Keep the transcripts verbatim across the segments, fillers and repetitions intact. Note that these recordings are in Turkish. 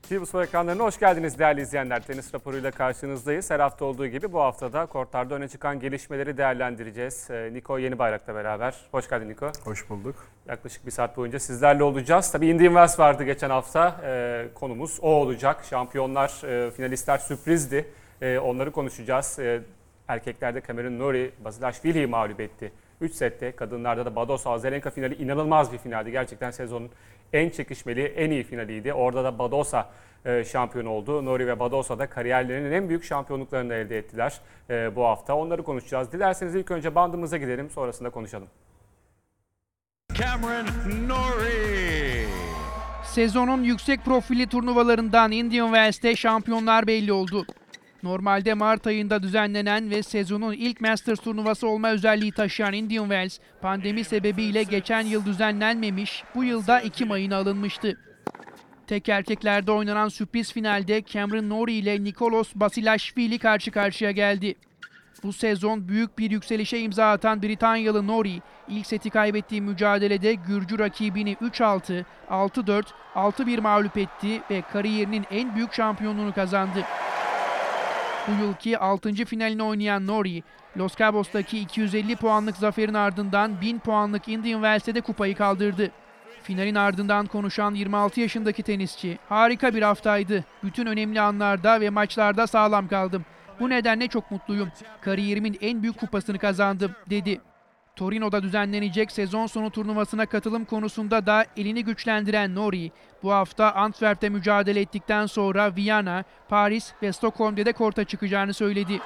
T V Spor ekranlarına hoş geldiniz değerli izleyenler. Tenis raporuyla karşınızdayız. Her hafta olduğu gibi bu haftada kortlarda öne çıkan gelişmeleri değerlendireceğiz. Niko Yenibayrak'la beraber. Hoş geldin Niko. Hoş bulduk. Yaklaşık bir saat boyunca sizlerle olacağız. Tabii Indian Wells vardı geçen hafta. Ee, konumuz o olacak. Şampiyonlar, e, finalistler sürprizdi. E, onları konuşacağız. E, erkeklerde Cameron Norrie, Basilashvili'yi mağlup etti. üç sette. Kadınlarda da Badosa Azarenka finali inanılmaz bir finaldi. Gerçekten sezonun en çekişmeli, en iyi finaliydi. Orada da Badosa e, şampiyon oldu. Norrie ve Badosa da kariyerlerinin en büyük şampiyonluklarını elde ettiler e, bu hafta. Onları konuşacağız. Dilerseniz ilk önce bandımıza gidelim, sonrasında konuşalım. Cameron Norrie. Sezonun yüksek profilli turnuvalarından Indian Wells'te şampiyonlar belli oldu. Normalde Mart ayında düzenlenen ve sezonun ilk Masters turnuvası olma özelliği taşıyan Indian Wells, pandemi sebebiyle geçen yıl düzenlenmemiş, bu yılda Ekim ayına alınmıştı. Tek erkeklerde oynanan sürpriz finalde Cameron Norrie ile Nicolas Basilashvili karşı karşıya geldi. Bu sezon büyük bir yükselişe imza atan Britanyalı Norrie, ilk seti kaybettiği mücadelede Gürcü rakibini üç altı, altı dört, altı bir mağlup etti ve kariyerinin en büyük şampiyonluğunu kazandı. Bu yılki altıncı finalini oynayan Norrie, Los Cabos'taki iki yüz elli puanlık zaferin ardından bin puanlık Indian Wells'te de kupayı kaldırdı. Finalin ardından konuşan yirmi altı yaşındaki tenisçi, "Harika bir haftaydı. Bütün önemli anlarda ve maçlarda sağlam kaldım. Bu nedenle çok mutluyum. Kariyerimin en büyük kupasını kazandım," dedi. Torino'da düzenlenecek sezon sonu turnuvasına katılım konusunda da elini güçlendiren Norrie, bu hafta Antwerp'te mücadele ettikten sonra Viyana, Paris ve Stockholm'de de korta çıkacağını söyledi.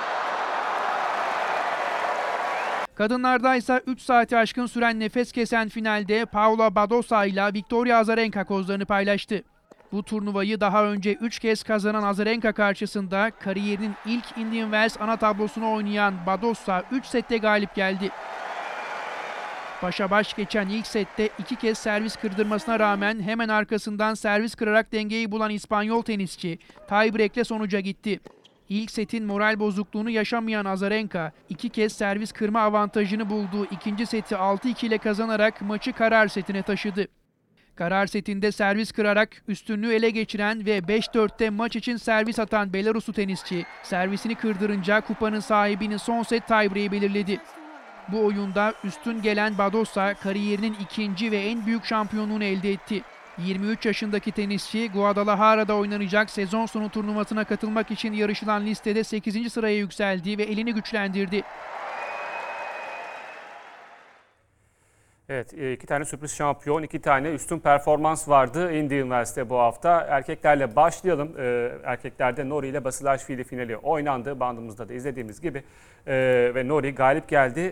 Kadınlarda ise üç saati aşkın süren nefes kesen finalde Paula Badosa ile Victoria Azarenka kozlarını paylaştı. Bu turnuvayı daha önce üç kez kazanan Azarenka karşısında kariyerinin ilk Indian Wells ana tablosunu oynayan Badosa üç sette galip geldi. Başa baş geçen ilk sette iki kez servis kırdırmasına rağmen hemen arkasından servis kırarak dengeyi bulan İspanyol tenisçi tie-break'le sonuca gitti. İlk setin moral bozukluğunu yaşamayan Azarenka iki kez servis kırma avantajını bulduğu ikinci seti altı iki ile kazanarak maçı karar setine taşıdı. Karar setinde servis kırarak üstünlüğü ele geçiren ve beş dörtte maç için servis atan Belaruslu tenisçi servisini kırdırınca kupanın sahibinin son set tie-break'i belirledi. Bu oyunda üstün gelen Badosa kariyerinin ikinci ve en büyük şampiyonluğunu elde etti. yirmi üç yaşındaki tenisçi Guadalajara'da oynanacak sezon sonu turnuvasına katılmak için yarışılan listede sekizinci sıraya yükseldi ve elini güçlendirdi. Evet, iki tane sürpriz şampiyon, iki tane üstün performans vardı Indian Wells'te bu hafta. Erkeklerle başlayalım. Erkeklerde Norrie ile Basilashvili finali oynandı. Bandımızda da izlediğimiz gibi. Ve Norrie galip geldi.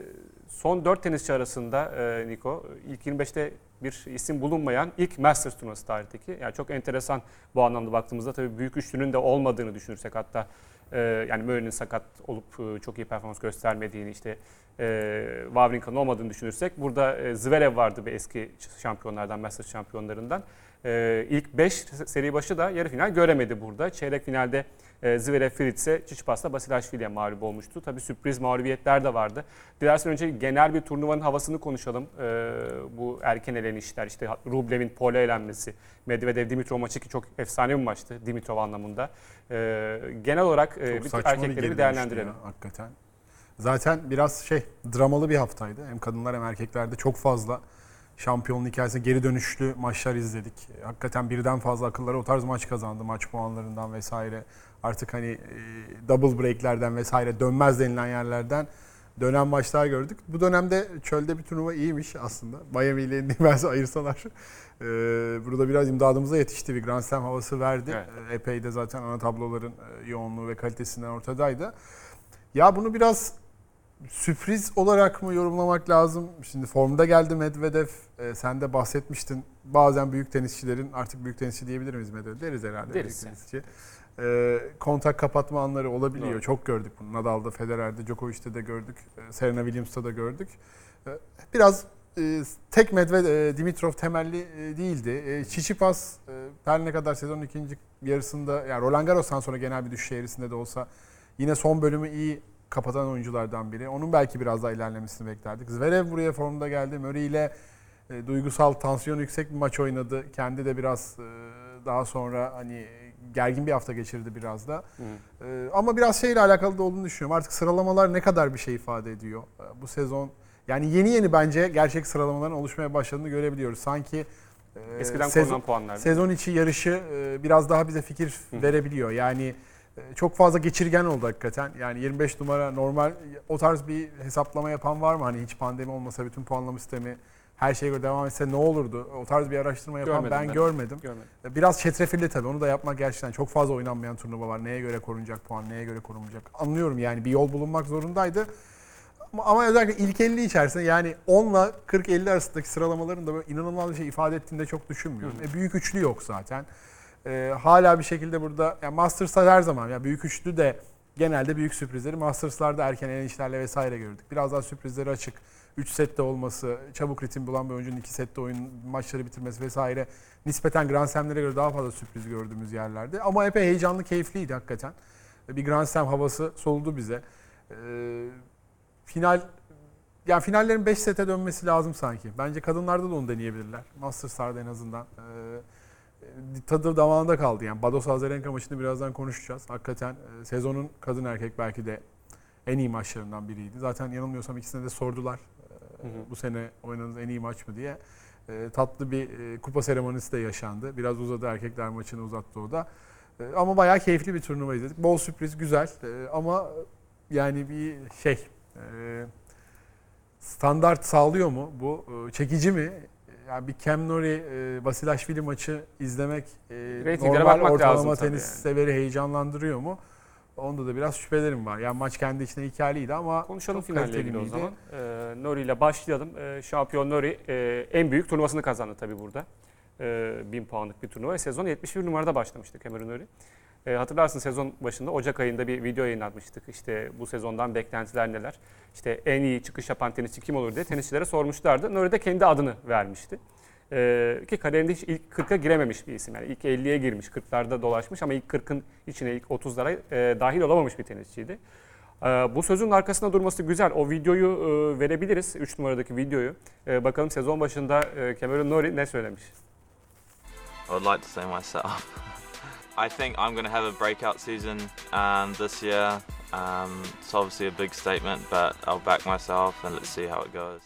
Son dört tenisçi arasında Niko, ilk yirmi beşte bir isim bulunmayan ilk Masters turnuvası tarihteki. Yani çok enteresan bu anlamda baktığımızda, tabii büyük üçlünün de olmadığını düşünürsek, hatta yani Murray'nin sakat olup çok iyi performans göstermediğini, işte Wawrinka'nın olmadığını düşünürsek, burada Zverev vardı bir eski şampiyonlardan, Masters şampiyonlarından. İlk beş seri başı da yarı final göremedi burada. Çeyrek finalde Zverev Fritz'e, Çiçipas'ta Basilashvili'ye mağlup olmuştu. Tabii sürpriz mağlubiyetler de vardı. Dilersen önce genel bir turnuvanın havasını konuşalım. Bu erken elenişler, işte Rublev'in pole elenmesi, Medvedev Dimitrov maçı ki çok efsane bir maçtı Dimitrov anlamında. Genel olarak bir erkekleri bir değerlendirelim. Ya, hakikaten. Zaten biraz şey, dramalı bir haftaydı. Hem kadınlar hem erkeklerde çok fazla şampiyonluk hikayesine geri dönüşlü maçlar izledik. Hakikaten birden fazla akıllara o tarz maç kazandı. Maç puanlarından vesaire. Artık hani double breaklerden vesaire, dönmez denilen yerlerden dönen maçlar gördük. Bu dönemde çölde bir turnuva iyiymiş aslında. Miami ile Indian Wells'i ayırsalar. Burada biraz imdadımıza yetişti. Bir Grand Slam havası verdi. Evet. Epey de zaten ana tabloların yoğunluğu ve kalitesinden ortadaydı. Ya bunu biraz sürpriz olarak mı yorumlamak lazım? Şimdi formda geldi Medvedev. Ee, sen de bahsetmiştin. Bazen büyük tenisçilerin, artık büyük tenisçi diyebilir miyiz Medvedev? Deriz herhalde. Deriz. Tenisçi. Ee, kontak kapatma anları olabiliyor. Doğru. Çok gördük bunu. Nadal'da, Federer'de, Djokovic'te de gördük. Serena Williams'ta da gördük. Ee, biraz e, tek Medvedev, e, Dimitrov temelli e, değildi. E, Tsitsipas e, her ne kadar sezonun ikinci yarısında, yani Roland Garros'tan sonra genel bir düşüş eğrisinde de olsa, yine son bölümü iyi kapatan oyunculardan biri. Onun belki biraz daha ilerlemesini beklerdik. Zverev buraya formda geldi. Murray ile e, duygusal, tansiyon yüksek bir maç oynadı. Kendi de biraz e, Daha sonra hani gergin bir hafta geçirdi biraz da. Ee, ama biraz şeyle alakalı da olduğunu düşünüyorum. Artık sıralamalar ne kadar bir şey ifade ediyor. Bu sezon yani yeni yeni bence gerçek sıralamaların oluşmaya başladığını görebiliyoruz. Sanki Eskiden sezon, konulan puanlar. sezon içi yarışı e, biraz daha bize fikir Hı. verebiliyor. Yani e, çok fazla geçirgen oldu hakikaten. Yani yirmi beş numara normal o tarz bir hesaplama yapan var mı? Hani hiç pandemi olmasa bütün puanlama sistemi her şeye göre devam etse ne olurdu? O tarz bir araştırma yapan Görmedim ben, ben. görmedim. Görmedim. Biraz çetrefilli tabii. Onu da yapmak gerçekten çok fazla oynanmayan turnuva var. Neye göre korunacak puan, neye göre korunmayacak? Anlıyorum yani bir yol bulunmak zorundaydı. Ama, ama özellikle ilk elli içerisinde yani on ile kırk elli arasındaki sıralamaların da böyle inanılmaz bir şey ifade ettiğini de çok düşünmüyorum. E, büyük üçlü yok zaten. E, hala bir şekilde burada yani Masters'ta her zaman ya büyük üçlü de genelde büyük sürprizleri Masters'larda erken elenişlerle vesaire gördük. Biraz daha sürprizleri açık. üç sette olması, çabuk ritim bulan bir oyuncunun iki sette oyun maçları bitirmesi vesaire nispeten Grand Slam'lere göre daha fazla sürpriz gördüğümüz yerlerde. Ama epey heyecanlı, keyifliydi hakikaten. Bir Grand Slam havası soludu bize. Ee, final yani finallerin beş sete dönmesi lazım sanki. Bence kadınlarda da onu deneyebilirler. Masters'larda en azından. Ee, tadı damağında kaldı yani. Bados Azarenka maçını birazdan konuşacağız. Hakikaten e, sezonun kadın erkek belki de en iyi maçlarından biriydi. Zaten yanılmıyorsam ikisine de sordular. Hı hı. Bu sene oynadığınız en iyi maç mı diye. E, tatlı bir e, kupa seremonisi de yaşandı. Biraz uzadı, erkekler maçını uzattı o da. E, ama bayağı keyifli bir turnuva izledik. Bol sürpriz, güzel. E, ama yani bir şey e, standart sağlıyor mu bu? E, çekici mi? Yani bir Cam Norrie, e, Basilashvili maçı izlemek e, normal ortalama tenis yani. Severi heyecanlandırıyor mu? Onda da biraz şüphelerim var. Yani maç kendi içinde hikayeliydi ama konuşalım finalle ilgili o zaman. Ee, Norrie ile başlayalım. Ee, şampiyon Norrie e, en büyük turnuvasını kazandı tabii burada. Ee, bin puanlık bir turnuva. Sezon yetmiş bir numarada başlamıştı Cameron Norrie. Ee, hatırlarsın sezon başında Ocak ayında bir video yayınlatmıştık. İşte bu sezondan beklentiler neler? İşte en iyi çıkış yapan tenisçi kim olur diye tenisçilere sormuşlardı. Norrie de kendi adını vermişti. Ee, ki kariyerinde hiç ilk kırka girememiş bir isim. Yani ilk elliye girmiş, kırklarda dolaşmış ama ilk kırkın içine, ilk otuzlara e, dahil olamamış bir tenisçiydi. Ee, bu sözün arkasında durması güzel. O videoyu e, verebiliriz, üç numaradaki videoyu. E, bakalım sezon başında e, Cameron Norrie ne söylemiş? I would like to say myself. I think I'm going to have a breakout season and this year. Um, it's obviously a big statement, but I'll back myself and let's see how it goes.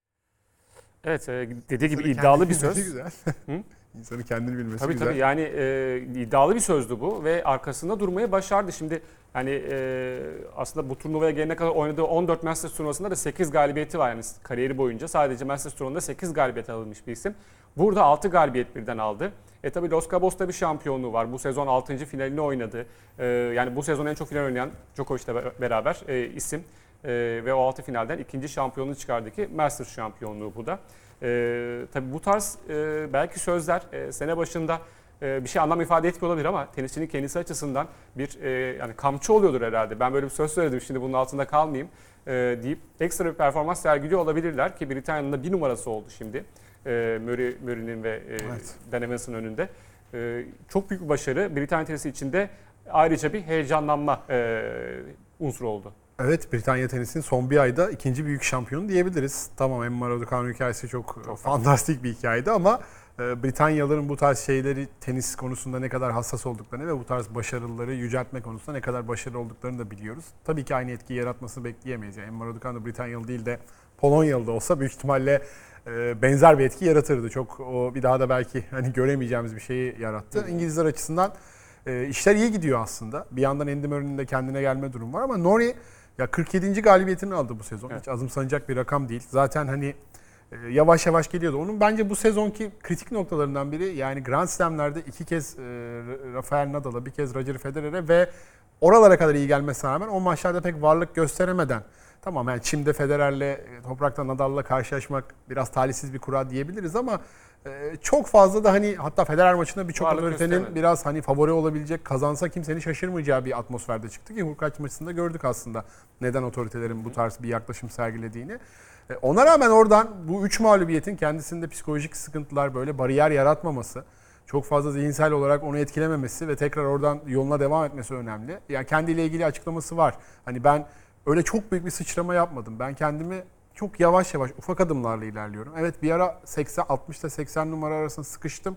Evet, dediği gibi İnsanın iddialı bir söz. Güzel. İnsanın kendini bilmesi tabii, güzel. Tabii yani e, iddialı bir sözdü bu ve arkasında durmayı başardı. Şimdi hani e, aslında bu turnuvaya gelene kadar oynadığı on dört Masters turnuvasında da sekiz galibiyeti var. Yani kariyeri boyunca sadece Masters turnuvasında sekiz galibiyet alınmış bir isim. Burada altı galibiyet birden aldı. E tabii Los Cabos'ta bir şampiyonluğu var. Bu sezon altıncı finalini oynadı. E, yani bu sezon en çok final oynayan Djokovic'le beraber e, isim. Ee, ve o altı finalden ikinci şampiyonluğu çıkardı ki Masters şampiyonluğu bu da. Ee, tabii bu tarz e, belki sözler e, sene başında e, bir şey anlam ifade etmiyor olabilir ama tenisçinin kendisi açısından bir e, yani kamçı oluyordur herhalde. Ben böyle bir söz söyledim şimdi bunun altında kalmayayım e, deyip ekstra bir performans sergiliyor olabilirler ki Britanya'nın da bir numarası oldu şimdi. E, Murray, Murray'nin ve e, evet. Dan Evans'ın önünde. E, çok büyük bir başarı. Britanya tenisi içinde ayrıca bir heyecanlanma e, unsuru oldu. Evet, Britanya tenisinin son bir ayda ikinci büyük şampiyonu diyebiliriz. Tamam, Emma Raducanu hikayesi çok, çok fantastik bir hikayeydi ama e, Britanyalıların bu tarz şeyleri tenis konusunda ne kadar hassas olduklarını ve bu tarz başarıları yüceltme konusunda ne kadar başarılı olduklarını da biliyoruz. Tabii ki aynı etkiyi yaratmasını bekleyemeyiz. Yani Emma Raducanu Britanyalı değil de Polonyalı da olsa büyük ihtimalle e, benzer bir etki yaratırdı. Çok o bir daha da belki hani göremeyeceğimiz bir şeyi yarattı. Hmm. İngilizler açısından e, işler iyi gidiyor aslında. Bir yandan Andy Murray'nin de kendine gelme durumu var ama Norrie ya kırk yedinci galibiyetini aldı bu sezon. Evet. Hiç azımsanacak bir rakam değil. Zaten hani e, yavaş yavaş geliyordu. Onun bence bu sezonki kritik noktalarından biri yani Grand Slam'lerde iki kez e, Rafael Nadal'a, bir kez Roger Federer'e ve oralara kadar iyi gelmesine rağmen o maçlarda pek varlık gösteremeden tamam yani çimde Federer'le, toprakta Nadal'la karşılaşmak biraz talihsiz bir kura diyebiliriz ama e, çok fazla da hani hatta Federer maçında birçok otoritenin biraz hani favori olabilecek, kazansa kimsenin şaşırmayacağı bir atmosferde çıktı ki Hurkacz maçında gördük aslında neden otoritelerin bu tarz bir yaklaşım sergilediğini. E, ona rağmen oradan bu üç mağlubiyetin kendisinde psikolojik sıkıntılar böyle bariyer yaratmaması, çok fazla zihinsel olarak onu etkilememesi ve tekrar oradan yoluna devam etmesi önemli. Yani kendiyle ilgili açıklaması var. Hani ben öyle çok büyük bir sıçrama yapmadım. Ben kendimi çok yavaş yavaş ufak adımlarla ilerliyorum. Evet bir ara seksen altmış ile seksen numara arasında sıkıştım.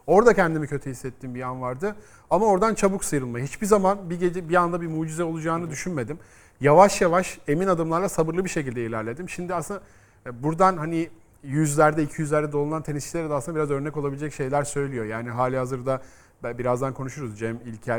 Orada kendimi kötü hissettiğim bir an vardı. Ama oradan çabuk sıyrılma. Hiçbir zaman bir gece bir anda bir mucize olacağını düşünmedim. Yavaş yavaş emin adımlarla sabırlı bir şekilde ilerledim. Şimdi aslında buradan hani yüzlerde, iki yüzlerde dolanan tenisçilere de aslında biraz örnek olabilecek şeyler söylüyor. Yani hali hazırda birazdan konuşuruz. Cem, İlkel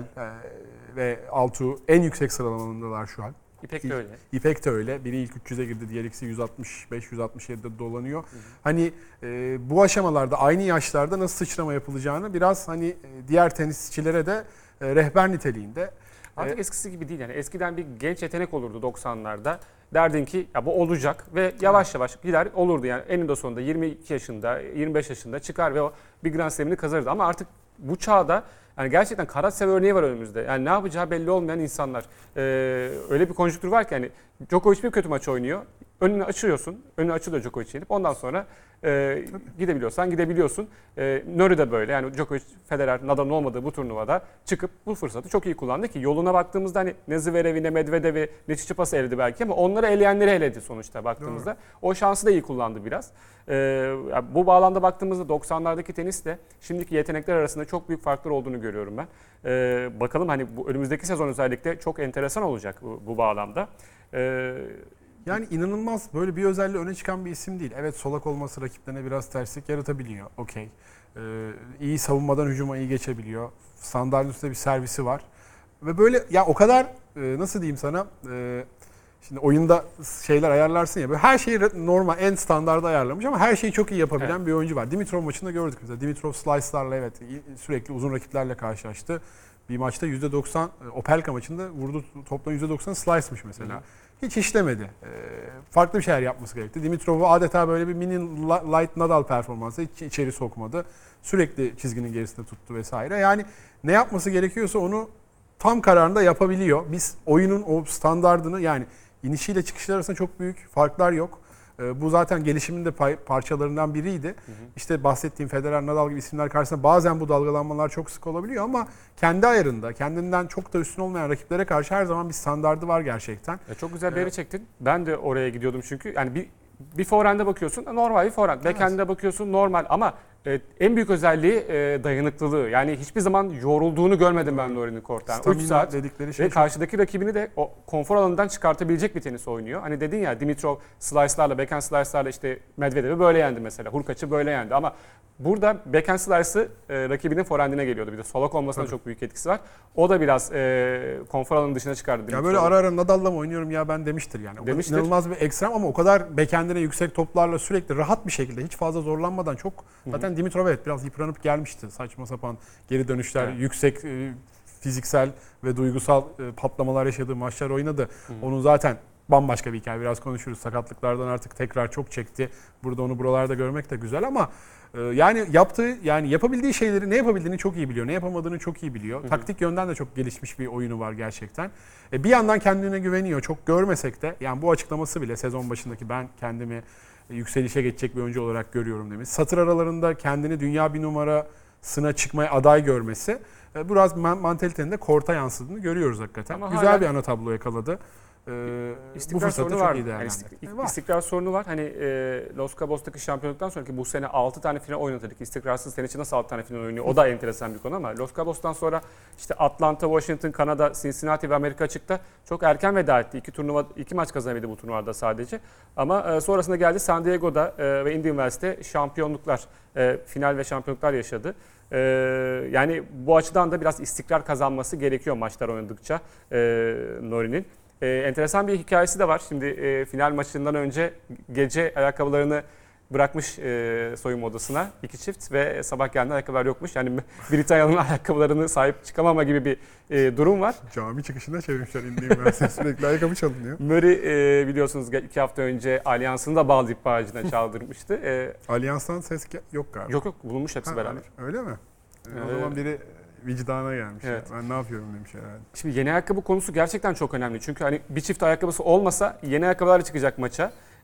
ve Altuğ en yüksek sıralamandalar şu an. İpek de öyle. İpek de öyle. Biri ilk üç yüze girdi, diğer ikisi yüz altmış beş yüz altmış yedide dolanıyor. Hı hı. Hani e, bu aşamalarda aynı yaşlarda nasıl sıçrama yapılacağını biraz hani e, diğer tenisçilere de e, rehber niteliğinde. Artık eskisi gibi değil yani. Eskiden bir genç yetenek olurdu doksanlarda. Derdin ki ya bu olacak ve yavaş yavaş gider olurdu yani eninde sonunda yirmi iki yaşında, yirmi beş yaşında çıkar ve o bir Grand Slam'ini kazanırdı. Ama artık bu çağda yani gerçekten Karatsev örneği var önümüzde. Yani ne yapacağı belli olmayan insanlar. Ee, öyle bir konjüktür var ki hani Djokovic bir kötü maç oynuyor. Önünü açıyorsun. Önünü açılıyor Djokovic'i yenip. Ondan sonra e, gidebiliyorsan gidebiliyorsun. E, Norrie de böyle. Yani Djokovic, Federer, Nadal'ın olmadığı bu turnuvada çıkıp bu fırsatı çok iyi kullandı ki yoluna baktığımızda hani ne Zverev'i ne Medvedev'i ne Tsitsipas'ı eledi belki ama onları eleyenleri eledi sonuçta baktığımızda. Doğru. O şansı da iyi kullandı biraz. E, bu bağlamda baktığımızda doksanlardaki tenisle şimdiki yetenekler arasında çok büyük farklar olduğunu görüyorum ben. E, bakalım hani bu önümüzdeki sezon özellikle çok enteresan olacak bu, bu bağlamda. E, Yani inanılmaz böyle bir özelliği öne çıkan bir isim değil. Evet solak olması rakiplerine biraz terslik yaratabiliyor. Okey. Ee, iyi savunmadan hücuma iyi geçebiliyor. Standartın üstünde bir servisi var. Ve böyle ya o kadar e, nasıl diyeyim sana e, şimdi oyunda şeyler ayarlarsın ya böyle her şeyi normal en standarda ayarlamış ama her şeyi çok iyi yapabilen evet. bir oyuncu var. Dimitrov maçında gördük mesela. Dimitrov slice'larla evet sürekli uzun rakiplerle karşılaştı. Bir maçta yüzde doksan Opelka maçında vurdu toplam yüzde doksan slice'mış mesela. Hı. Hiç işlemedi. Ee, farklı bir şeyler yapması gerekti. Dimitrov'u adeta böyle bir mini light Nadal performansı hiç içeri sokmadı. Sürekli çizginin gerisinde tuttu vesaire. Yani ne yapması gerekiyorsa onu tam kararında yapabiliyor. Biz oyunun o standardını yani inişiyle çıkışlar arasında çok büyük farklar yok. Ee, bu zaten gelişimin de pay, parçalarından biriydi. Hı hı. İşte bahsettiğim Federer, Nadal gibi isimler karşısında bazen bu dalgalanmalar çok sık olabiliyor ama kendi ayarında, kendinden çok da üstün olmayan rakiplere karşı her zaman bir standardı var gerçekten. Ya çok güzel bir yere çektin. Ben de oraya gidiyordum çünkü. Yani bir bir forehand'e bakıyorsun normal bir forehand. Evet. Backhand'e bakıyorsun normal ama e, en büyük özelliği e, dayanıklılığı. Yani hiçbir zaman yorulduğunu görmedim ben Norrie'nin korttan. üç saat dedikleri şey ve karşıdaki rakibini de o konfor alanından çıkartabilecek bir tenis oynuyor. Hani dedin ya Dimitrov slice'larla, backhand slice'larla işte Medvedev'i böyle yendi mesela. Hurkaç'ı böyle yendi ama burada backhand slice'ı e, rakibinin forehand'ine geliyordu. Bir de solak olmasına Tabii. çok büyük etkisi var. O da biraz e, konfor alanının dışına çıkardı. Ya böyle ara ara Nadal'la mı oynuyorum ya ben demiştir yani. Demiştir. İnanılmaz bir ekstrem ama o kadar backhand'ine yüksek toplarla sürekli rahat bir şekilde hiç fazla zorlanmadan çok Hı-hı. zaten Dimitrov evet biraz yıpranıp gelmişti. Saçma sapan geri dönüşler, evet. yüksek e, fiziksel ve duygusal e, patlamalar yaşadığı maçlar oynadı. Hı-hı. Onun zaten bambaşka bir hikaye. Biraz konuşuruz. Sakatlıklardan artık tekrar çok çekti. Burada onu buralarda görmek de güzel ama e, yani yaptığı yani yapabildiği şeyleri ne yapabildiğini çok iyi biliyor. Ne yapamadığını çok iyi biliyor. Hı-hı. Taktik yönden de çok gelişmiş bir oyunu var gerçekten. E, bir yandan kendine güveniyor. Çok görmesek de yani bu açıklaması bile sezon başındaki ben kendimi yükselişe geçecek bir oyuncu olarak görüyorum demiş. Satır aralarında kendini dünya bir numarasına çıkmaya aday görmesi biraz mantalitenin de korta yansıdığını görüyoruz hakikaten. Ama güzel hala bir ana tablo yakaladı. Ee, bu fırsatı çok iyi değerlendirdi. Yani istikrar sorunu var. Hani e, Los Cabos'taki şampiyonluktan sonraki bu sene altı tane final oynadık. İstikrarsız tenisçi nasıl altı tane final oynuyor? O da enteresan bir konu ama Los Cabos'tan sonra işte Atlanta, Washington, Kanada, Cincinnati ve Amerika açıkta çok erken veda etti. İki turnuva, iki maç kazanabildi bu turnuvada sadece. Ama e, sonrasında geldi San Diego'da e, ve Indian Wells'te şampiyonluklar, e, final ve şampiyonluklar yaşadı. Ee, yani bu açıdan da biraz istikrar kazanması gerekiyor maçlar oynadıkça e, Norrie'nin. E, enteresan bir hikayesi de var. Şimdi e, final maçından önce gece ayakkabılarını bırakmış e, soyunma odasına iki çift ve sabah geldiğinde ayakkabılar yokmuş. Yani Britanya'nın ayakkabılarını sahip çıkamama gibi bir e, durum var. Cami çıkışında çevirmişler indiğim ben sürekli ayakkabı çalınıyor. Murray e, biliyorsunuz iki hafta önce Allianz'ını da Baldwin bağcına çaldırmıştı. E, Allianz'tan ses yok galiba. Yok yok bulunmuş hepsi ha, beraber. Öyle mi? Ee, o zaman biri vicdana gelmiş. Evet. Ya. Ben ne yapıyorum demiş herhalde. Şimdi yeni ayakkabı konusu gerçekten çok önemli. Çünkü hani bir çift ayakkabısı olmasa yeni ayakkabılarla çıkacak maça.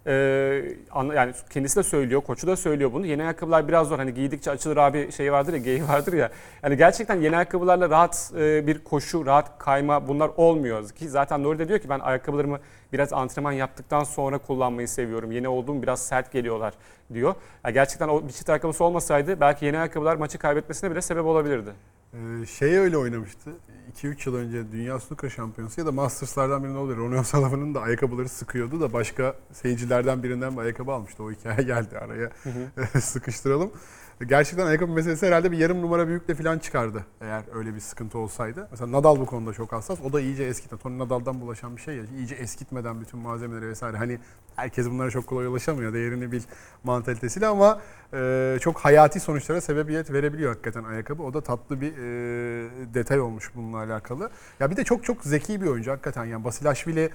Ee, yani kendisi de söylüyor, koçu da söylüyor bunu. Yeni ayakkabılar biraz zor. Hani giydikçe açılır abi şey vardır ya, geyiği vardır ya. Yani gerçekten yeni ayakkabılarla rahat bir koşu, rahat kayma bunlar olmuyor. Ki zaten Nori de diyor ki ben ayakkabılarımı biraz antrenman yaptıktan sonra kullanmayı seviyorum. Yeni olduğum biraz sert geliyorlar diyor. Yani gerçekten o bir çift ayakkabısı olmasaydı belki yeni ayakkabılar maçı kaybetmesine bile sebep olabilirdi. Ee, şey öyle oynamıştı. iki üç yıl önce Dünya Snooker Şampiyonası ya da Masters'lardan birinde oluyor. Ronnie O'Sullivan'ın da ayakkabıları sıkıyordu da başka seyircilerden birinden bir ayakkabı almıştı. O hikaye geldi araya sıkıştıralım. Gerçekten ayakkabı meselesi herhalde bir yarım numara büyükle falan çıkardı eğer öyle bir sıkıntı olsaydı. Mesela Nadal bu konuda çok hassas. O da iyice eskitme. Tony Nadal'dan bulaşan bir şey ya. İyice eskitmeden bütün malzemeleri vesaire. Hani herkes bunlara çok kolay ulaşamıyor. Değerini bil mantalitesiyle ama e, çok hayati sonuçlara sebebiyet verebiliyor hakikaten ayakkabı. O da tatlı bir e, detay olmuş bununla alakalı. Ya bir de çok çok zeki bir oyuncu hakikaten. Yani Basilashvili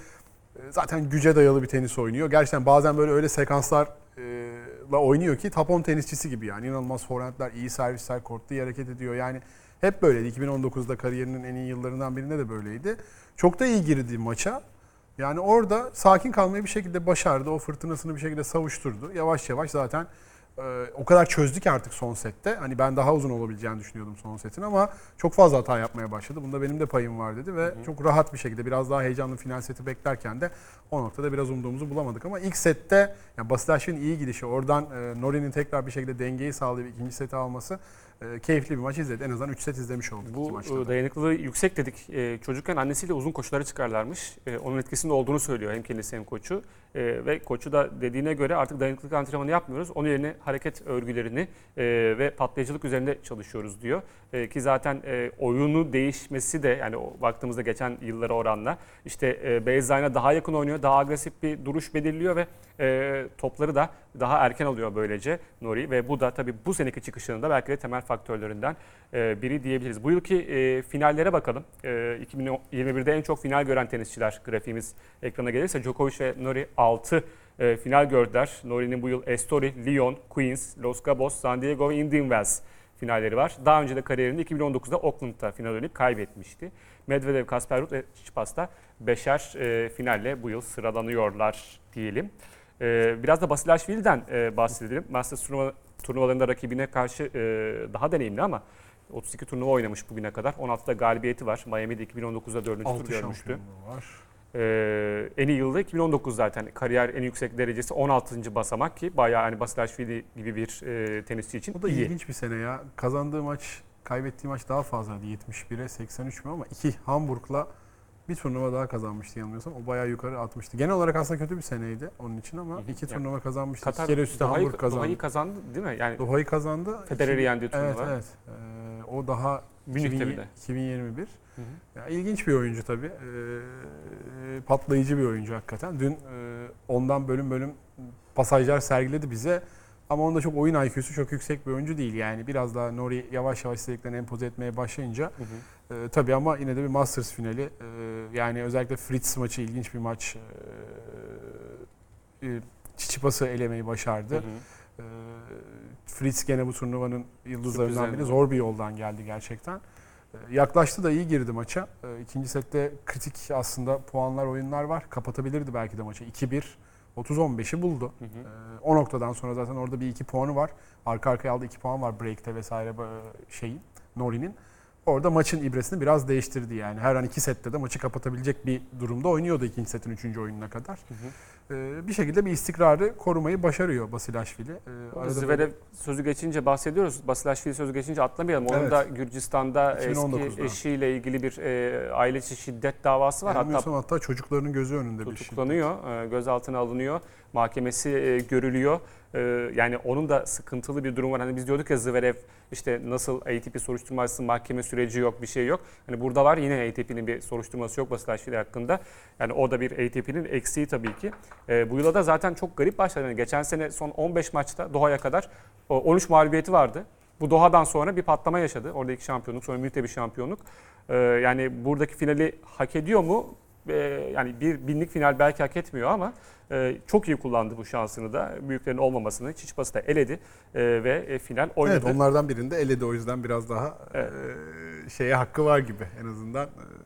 zaten güce dayalı bir tenis oynuyor. Gerçekten bazen böyle öyle sekanslar la oynuyor ki top on tenisçisi gibi yani. İnanılmaz forehandler, iyi servisler, kortlu iyi hareket ediyor. Yani hep böyleydi. iki bin on dokuzda kariyerinin en iyi yıllarından birinde de böyleydi. Çok da iyi girdi maça. Yani orada sakin kalmayı bir şekilde başardı. O fırtınasını bir şekilde savuşturdu. Yavaş yavaş zaten e, o kadar çözdü ki artık son sette. Hani ben daha uzun olabileceğini düşünüyordum son setin ama çok fazla hata yapmaya başladı. Bunda benim de payım var dedi ve hı hı. çok rahat bir şekilde biraz daha heyecanlı final seti beklerken de o noktada biraz umduğumuzu bulamadık. Ama ilk sette yani Basilashvili'nin iyi gidişi, oradan e, Nori'nin tekrar bir şekilde dengeyi sağlayıp ikinci seti alması e, keyifli bir maç izledi. En azından üç set izlemiş olduk. Bu dayanıklılığı yüksek dedik. E, çocukken annesiyle uzun koşulara çıkarlarmış. E, onun etkisinde olduğunu söylüyor hem kendisi hem koçu. E, ve koçu da dediğine göre artık dayanıklılık antrenmanı yapmıyoruz. Onun yerine hareket örgülerini e, ve patlayıcılık üzerinde çalışıyoruz diyor. E, ki zaten e, oyunu değişmesi de yani o, baktığımızda geçen yıllara oranla işte e, baseline'a daha yakın oynuyor. Daha agresif bir duruş belirliyor ve e, topları da daha erken alıyor böylece Nori. Ve bu da tabii bu seneki çıkışının da belki de temel faktörlerinden e, biri diyebiliriz. Bu yılki e, finallere bakalım. E, iki bin yirmi birde en çok final gören tenisçiler grafiğimiz ekrana gelirse Djokovic ve Nori altı e, final gördüler. Nori'nin bu yıl Estoril, Lyon, Queens, Los Cabos, San Diego ve Indian Wells finalleri var. Daha önce de kariyerinde iki bin on dokuzda Auckland'da final oynayıp kaybetmişti. Medvedev, Kasper Ruud ve Tsitsipas da beşer e, finalle bu yıl sıralanıyorlar diyelim. E, biraz da Basilashvili'den e, bahsedelim. Masters turnuva, turnuvalarında rakibine karşı e, daha deneyimli ama otuz iki turnuva oynamış bugüne kadar. on altıda galibiyeti var. Miami'de iki bin on dokuzda dördüncü tur görmüştü. Var. Ee, en iyi yılda iki bin on dokuz zaten kariyer en yüksek derecesi on altıncı basamak ki bayağı hani Basilashvili gibi bir e, tenisçi için O da iyi. ilginç bir sene ya. Kazandığı maç, kaybettiği maç daha fazlaydı. yetmiş bire seksen üç mü ama iki Hamburg'la bir turnuva daha kazanmıştı yanılmıyorsam. O bayağı yukarı atmıştı. Genel olarak aslında kötü bir seneydi onun için ama iki yani, turnuva kazanmıştı. Katar, iki kere üstü Doha'yı, Hamburg kazandı. Doha'yı kazandı değil mi? Yani Doha'yı kazandı. Federer'i yendiği turnuva. Evet evet. Ee, o daha Münih'te bir de. iki bin yirmi bir. Hı hı. Ya, ilginç bir oyuncu tabii. Ee, patlayıcı bir oyuncu hakikaten. Dün e, ondan bölüm bölüm pasajlar sergiledi bize. Ama onda çok oyun I Q'su çok yüksek bir oyuncu değil. Yani biraz daha Nori yavaş yavaş istediklerini empoze etmeye başlayınca hı hı. E, tabii ama yine de bir Masters finali. E, yani özellikle Fritz maçı ilginç bir maç. E, e, Tsitsipas'ı elemeyi başardı. Hı hı. E, Fritz gene bu turnuvanın yıldızlarından biri. Zor bir yoldan geldi gerçekten. E, yaklaştı da iyi girdi maça. E, ikinci sette kritik aslında puanlar, oyunlar var. Kapatabilirdi belki de maçı. iki bir. otuz on beşi buldu. Hı hı. Ee, o noktadan sonra zaten orada bir iki puanı var. Arka arkaya aldığı iki puan var break'te vesaire şeyin, Nori'nin. Orada maçın ibresini biraz değiştirdi yani. Her an iki sette de maçı kapatabilecek bir durumda oynuyordu ikinci setin üçüncü oyununa kadar. Hı hı. Ee, bir şekilde bir istikrarı korumayı başarıyor Basilashvili. Ee, Zverev böyle... sözü geçince bahsediyoruz. Basilashvili sözü geçince atlamayalım. Onun evet. da Gürcistan'da eski eşiyle ilgili bir e, aile içi şiddet davası var. Hatta, hatta çocukların gözü önünde bir şiddet. Tutuklanıyor, gözaltına alınıyor. Mahkemesi e, görülüyor. E, yani onun da sıkıntılı bir durum var. Hani biz diyorduk ya Zverev işte nasıl A T P soruşturması, mahkeme süreci yok, bir şey yok. Hani burada var yine A T P'nin bir soruşturması yok Basilashvili hakkında. Yani o da bir A T P'nin eksiği tabii ki. E, bu yıla da zaten çok garip başladı. Yani geçen sene son on beş maçta Doha'ya kadar on üç mağlubiyeti vardı. Bu Doha'dan sonra bir patlama yaşadı. Orada iki şampiyonluk, sonra Münih'te bir şampiyonluk. E, yani buradaki finali hak ediyor mu? E, yani bir binlik final belki hak etmiyor ama e, çok iyi kullandı bu şansını da. Büyüklerin olmamasını. Tsitsipas'ı da eledi e, ve e, final oynadı. Evet, onlardan birinde eledi, o yüzden biraz daha evet. e, şeye hakkı var gibi en azından. E,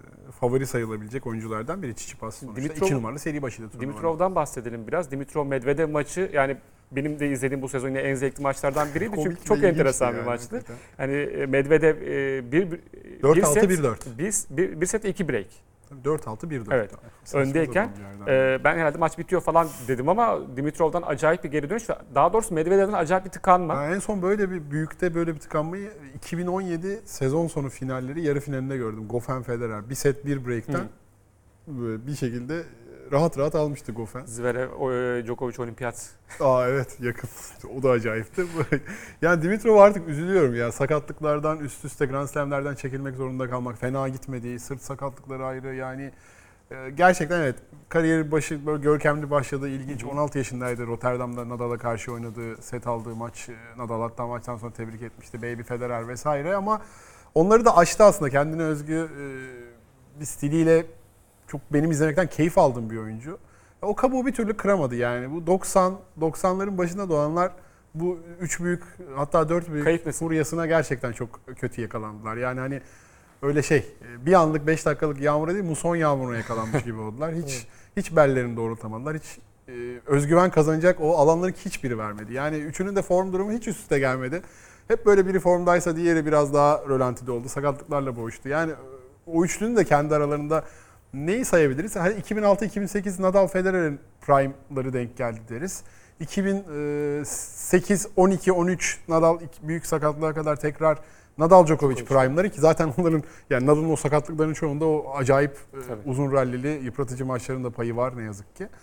favori sayılabilecek oyunculardan biri Tsitsipas. Sonuçta Dimitrov- iki numaralı seri başıydı turnuvanın. Dimitrov'dan bahsedelim biraz. Dimitrov Medvedev maçı yani benim de izlediğim bu sezon yine en zevkli maçlardan biriydi. Komik Çünkü ve çok ilginçti enteresan yani, bir maçtı. hakikaten. Hani e, Medvedev e, bir, bir, dört bir altı set, bir dört. bir, bir, bir set iki break. dört altı bir dört. Evet. Saçma Öndeyken sapan bir yerden. e, ben herhalde maç bitiyor falan dedim ama Dimitrov'dan acayip bir geri dönüş. Daha doğrusu Medvedev'den acayip bir tıkanma. Ben en son böyle bir büyükte böyle bir tıkanmayı iki bin on yedi sezon sonu finalleri yarı finalinde gördüm. Goffin Federer bir set bir break'ten Hı. böyle bir şekilde rahat rahat almıştı Goffin. Zverev, o, e, Djokovic olimpiyat. Aa evet, yakın. O da acayipti. Yani Dimitrov artık üzülüyorum ya. Sakatlıklardan üst üste Grand Slam'lerden çekilmek zorunda kalmak. Fena gitmedi. Sırt sakatlıkları ayrı. Yani e, gerçekten evet, kariyeri başı böyle görkemli başladı. İlginç. on altı yaşındaydı. Rotterdam'da Nadal'a karşı oynadığı, set aldığı maç. Nadal hatta maçtan sonra tebrik etmişti. Baby Federer vesaire ama onları da aştı aslında. Kendine özgü e, bir stiliyle çok benim izlemekten keyif aldığım bir oyuncu. O kabuğu bir türlü kıramadı yani. Bu doksan doksanların başında doğanlar bu üç büyük hatta dört büyük Kayıp nesil. furyasına gerçekten çok kötü yakalandılar. Yani hani öyle şey bir anlık beş dakikalık yağmura değil muson yağmuruna yakalanmış gibi oldular. Hiç hiç bellerini doğrultamadılar. Hiç e, özgüven kazanacak o alanların hiçbiri vermedi. Yani üçünün de form durumu hiç üst üste gelmedi. Hep böyle biri formdaysa diğeri biraz daha rölantide oldu. Sakatlıklarla boğuştu. Yani o üçlünün de kendi aralarında neyi sayabiliriz? Hani iki bin altı iki bin sekiz Nadal Federer'in prime'ları denk geldi deriz. iki bin sekiz on iki on üç Nadal büyük sakatlığa kadar tekrar Nadal Djokovic prime'ları ki zaten onların yani Nadal'ın o sakatlıklarının çoğunda o acayip Tabii. uzun rallili yıpratıcı maçların da payı var ne yazık ki.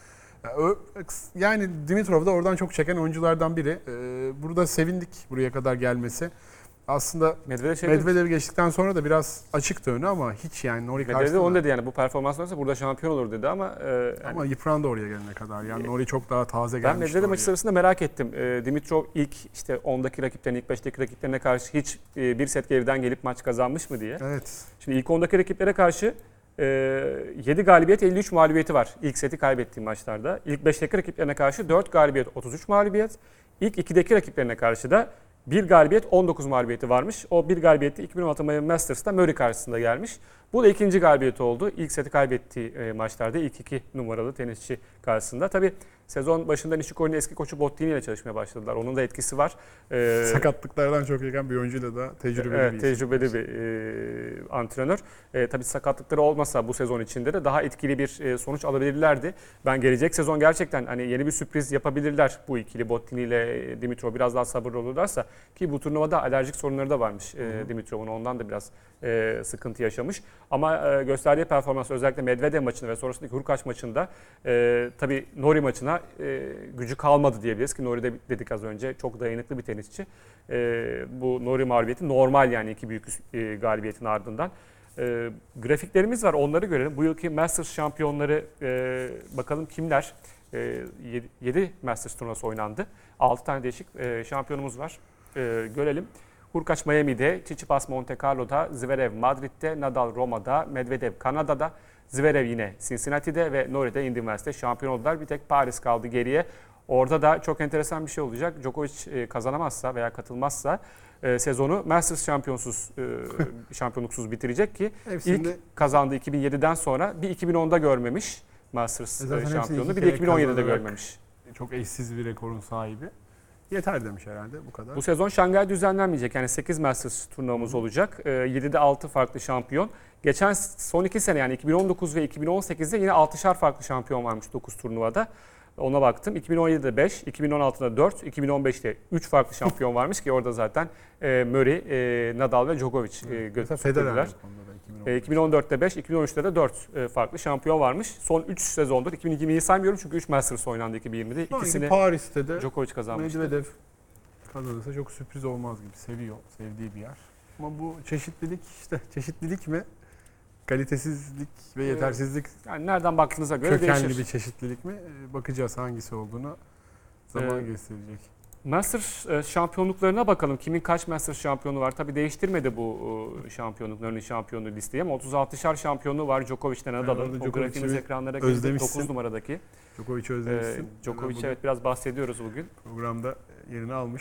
Yani Dimitrov da oradan çok çeken oyunculardan biri. Burada sevindik buraya kadar gelmesi. Aslında Medvedev şey Medvedev geçtikten sonra da biraz açıktı önü ama hiç yani Nori Medvedev de karşısında. onu dedi yani bu performans sonrası burada şampiyon olur dedi ama e, yani Ama yıprandı oraya gelene kadar. Yani Nori çok daha taze ben gelmişti Medvedev oraya. maçı sırasında merak ettim. E, Dimitrov ilk işte ondaki rakiplerine, ilk beşteki rakiplerine karşı hiç e, bir set geriden gelip maç kazanmış mı diye. Evet. Şimdi ilk ondaki rakiplere karşı e, yedi galibiyet, elli üç mağlubiyeti var ilk seti kaybettiği maçlarda. İlk beşteki rakiplerine karşı dört galibiyet, otuz üç mağlubiyet. İlk ikideki rakiplerine karşı da bir galibiyet, on dokuz mağlubiyeti varmış. O bir galibiyeti iki bin on altı Miami Masters'ta Murray karşısında gelmiş. Bu da ikinci galibiyeti oldu. İlk seti kaybettiği e, maçlarda ilk iki numaralı tenisçi karşısında. Tabii sezon başında Nishikori'nin eski koçu Bottini ile çalışmaya başladılar. Onun da etkisi var. Ee, Sakatlıklardan çok yeken bir oyuncuyla da tecrübeli evet, bir isim. tecrübeli bir e, antrenör. E, tabii sakatlıkları olmasa bu sezon içinde de daha etkili bir e, sonuç alabilirlerdi. Ben gelecek sezon gerçekten hani yeni bir sürpriz yapabilirler bu ikili Bottini ile e, Dimitrov biraz daha sabırlı olurlarsa ki bu turnuvada alerjik sorunları da varmış e, Dimitrov'un, ondan da biraz e, sıkıntı yaşamış. Ama e, gösterdiği performans özellikle Medvedev maçında ve sonrasındaki Hurkacz maçında e, tabii Nori maçına e, gücü kalmadı diyebiliriz ki Nori de dedik az önce çok dayanıklı bir tenisçi. E, bu Nori mağlubiyeti normal yani iki büyük e, galibiyetin ardından. E, grafiklerimiz var, onları görelim. Bu yılki Masters şampiyonları e, bakalım kimler? E, yedi Masters turnuvası oynandı. altı tane değişik e, şampiyonumuz var. E, görelim. Hurkacz Miami'de, Tsitsipas Monte Carlo'da, Zverev Madrid'de, Nadal Roma'da, Medvedev Kanada'da, Zverev yine Cincinnati'de ve Nori de Indian Wells'te şampiyon oldular. Bir tek Paris kaldı geriye. Orada da çok enteresan bir şey olacak. Djokovic kazanamazsa veya katılmazsa e, sezonu Masters şampiyonsuz, e, şampiyonluksuz bitirecek ki Hepsinde- ilk kazandığı iki bin yediden sonra bir iki bin onda görmemiş Masters E zaten hepsini şampiyonluğu, iki bir de kere iki bin on yedide kazanarak görmemiş. Çok eşsiz bir rekorun sahibi. Yeter demiş herhalde bu kadar. Bu sezon Şangay düzenlenmeyecek. Yani sekiz Masters turnuvamız olacak. E, yedide altı farklı şampiyon. Geçen son iki sene yani iki bin on dokuz ve iki bin on sekizde yine altışar farklı şampiyon varmış dokuz turnuvada. Ona baktım. iki bin on yedide beş, iki bin on altıda dört, iki bin on beşte üç farklı şampiyon varmış ki orada zaten e, Murray, e, Nadal ve Djokovic e, Mesela götürdüler. Federer bu konuda da iki bin on beş. E, iki bin on dörtte beş, iki bin on üçte de dört e, farklı şampiyon varmış. Son üç sezondur. iki bin yirmiyi saymıyorum çünkü üç Masters oynandı iki bin yirmide. Sanki İkisini Paris'te de Djokovic kazanmıştı. Medvedev kazanırsa çok sürpriz olmaz gibi. Seviyor, sevdiği bir yer. Ama bu çeşitlilik işte çeşitlilik mi? Kalitesizlik ve yetersizlik Yani nereden baktığınıza göre kökenli değişir. bir çeşitlilik mi? Ee, Bakacağız hangisi olduğunu zaman Ee, gösterecek. Masters e, şampiyonluklarına bakalım. Kimin kaç Masters şampiyonu var? Tabii değiştirmedi bu e, şampiyonlukların şampiyonu listeyi ama otuz altışar şampiyonluğu var Djokovic'ten orada Nadal'ın. O Djokovic'i grafiğimiz ekranlara gelecek özlemişsin. dokuz numaradaki. Djokovic'i E, özlemişsin. Djokovic Bugün evet biraz bahsediyoruz bugün. Programda yerini almış.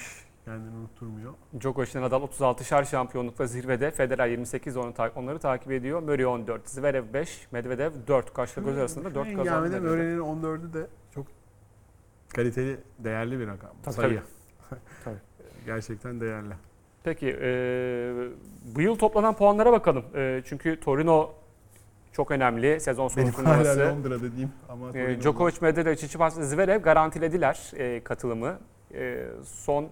kendini unutturmuyor. Djokovic ile Nadal otuz altışar şampiyonlukla zirvede. Federer yirmi sekiz onu ta- onları takip ediyor. Murray on dört, Zverev beş, Medvedev dört. Kaçla göz arasında dört kazandı. Engelmede Medvedev. Murray'nin on dördü de çok kaliteli, değerli bir rakam. Tabii, Sayı. Tabii. Gerçekten değerli. Peki e, bu yıl toplanan puanlara bakalım. E, çünkü Torino çok önemli. Sezon sonu Benim hala turnuvası. Londra dediğim ama E, Torino'da- Djokovic, Medvedev, Tsitsipas, Zverev garantilediler e, katılımı. E, son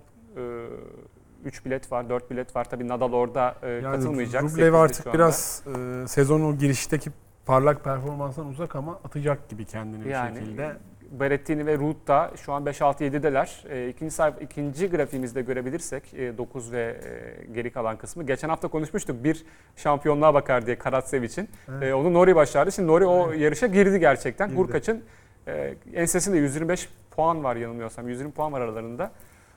üç bilet var, dört bilet var. Tabii Nadal orada e, yani katılmayacak. Rublev sekizde şu artık anda. biraz e, sezonun girişteki parlak performanstan uzak ama atacak gibi kendini Yani, bir şekilde. Berrettini ve Ruud da şu an beş altı yedideler. E, ikinci sayfa, ikinci grafiğimizde görebilirsek e, dokuz ve e, geri kalan kısmı. Geçen hafta konuşmuştuk bir şampiyonluğa bakar diye Karatsev için. Evet. E, onu Nori başardı. Şimdi Nori o yarışa girdi gerçekten. Girdi. Hurkaç'ın e, ensesinde yüz yirmi beş puan var yanılmıyorsam. yüz yirmi puan var aralarında.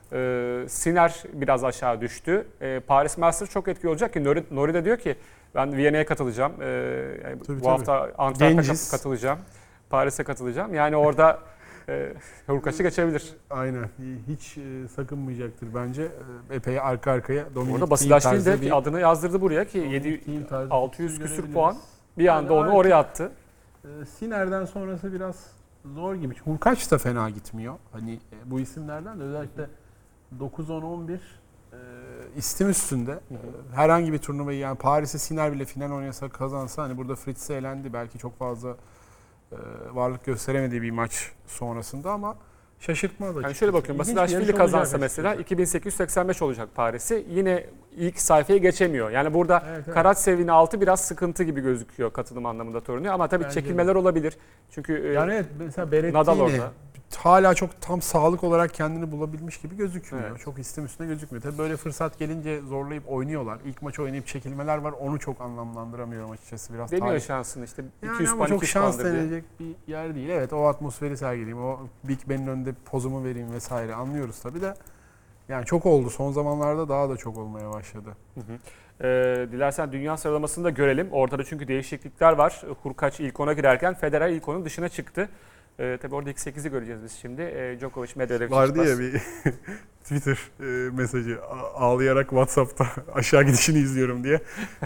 E, Sinner biraz aşağı düştü. E, Paris Masters çok etkili olacak ki Nori, Nori de diyor ki ben Viyana'ya katılacağım. E, yani Tabii, bu tabii. hafta Antwerp'e Genciz. katılacağım. Paris'e katılacağım. Yani orada e, Hurkaç'ı geçebilir. Aynen. Hiç e, sakınmayacaktır bence. E, epey arka arkaya Dominik Orada Thiem Basilashvili tarzı de bir- adını yazdırdı buraya ki Dominik yedi, Thiem tarzı altı yüz isim küsür görebiliriz. puan bir anda Yani onu artık- oraya attı. E, Sinner'den sonrası biraz zor gibi. Hurkaç da fena gitmiyor. Hani e, bu isimlerden de özellikle dokuz on on bir e, istim üstünde. E, herhangi bir turnuvayı yani Paris'e Sinner bile final oynasa kazansa hani burada Fritz'e elendi. Belki çok fazla e, varlık gösteremediği bir maç sonrasında ama şaşırtmadı. Yani açıkçası. şöyle bakıyorum. İlginç bir Basilashvili yarış kazansa olacak mesela açıkçası. iki bin sekiz yüz seksen beş olacak Paris'i. Yine ilk sayfayı geçemiyor. Yani burada Evet, evet. Karatsev'in altı biraz sıkıntı gibi gözüküyor katılım anlamında Torino'ya. Ama tabii Bence çekilmeler olabilir. Çünkü e, Yani evet mesela Berrettini Nadal orada. hala çok tam sağlık olarak kendini bulabilmiş gibi gözükmüyor. Evet. Çok istim üstüne gözükmüyor. Tabii böyle fırsat gelince zorlayıp oynuyorlar. İlk maçı oynayıp çekilmeler var. Onu çok anlamlandıramıyorum açıkçası. Biraz deniyor tarih- şansını işte Yani iki yüz ama puan çok iki yüz şans puandır diye. denecek bir yer değil. Evet o atmosferi sergileyeyim. O Big Ben'in önünde pozumu vereyim vesaire anlıyoruz tabii de. Yani çok oldu. Son zamanlarda daha da çok olmaya başladı. Hı hı. Ee, dilersen dünya sıralamasını da görelim. Ortada çünkü değişiklikler var. Hurkaç ilk ona girerken Federer ilk onun dışına çıktı. Ee, tabii orada ilk sekizi göreceğiz biz şimdi. Ee, Djokovic, Medvedev, Vardı Tsitsipas. ya bir Twitter e, mesajı a- ağlayarak WhatsApp'ta aşağı gidişini izliyorum diye.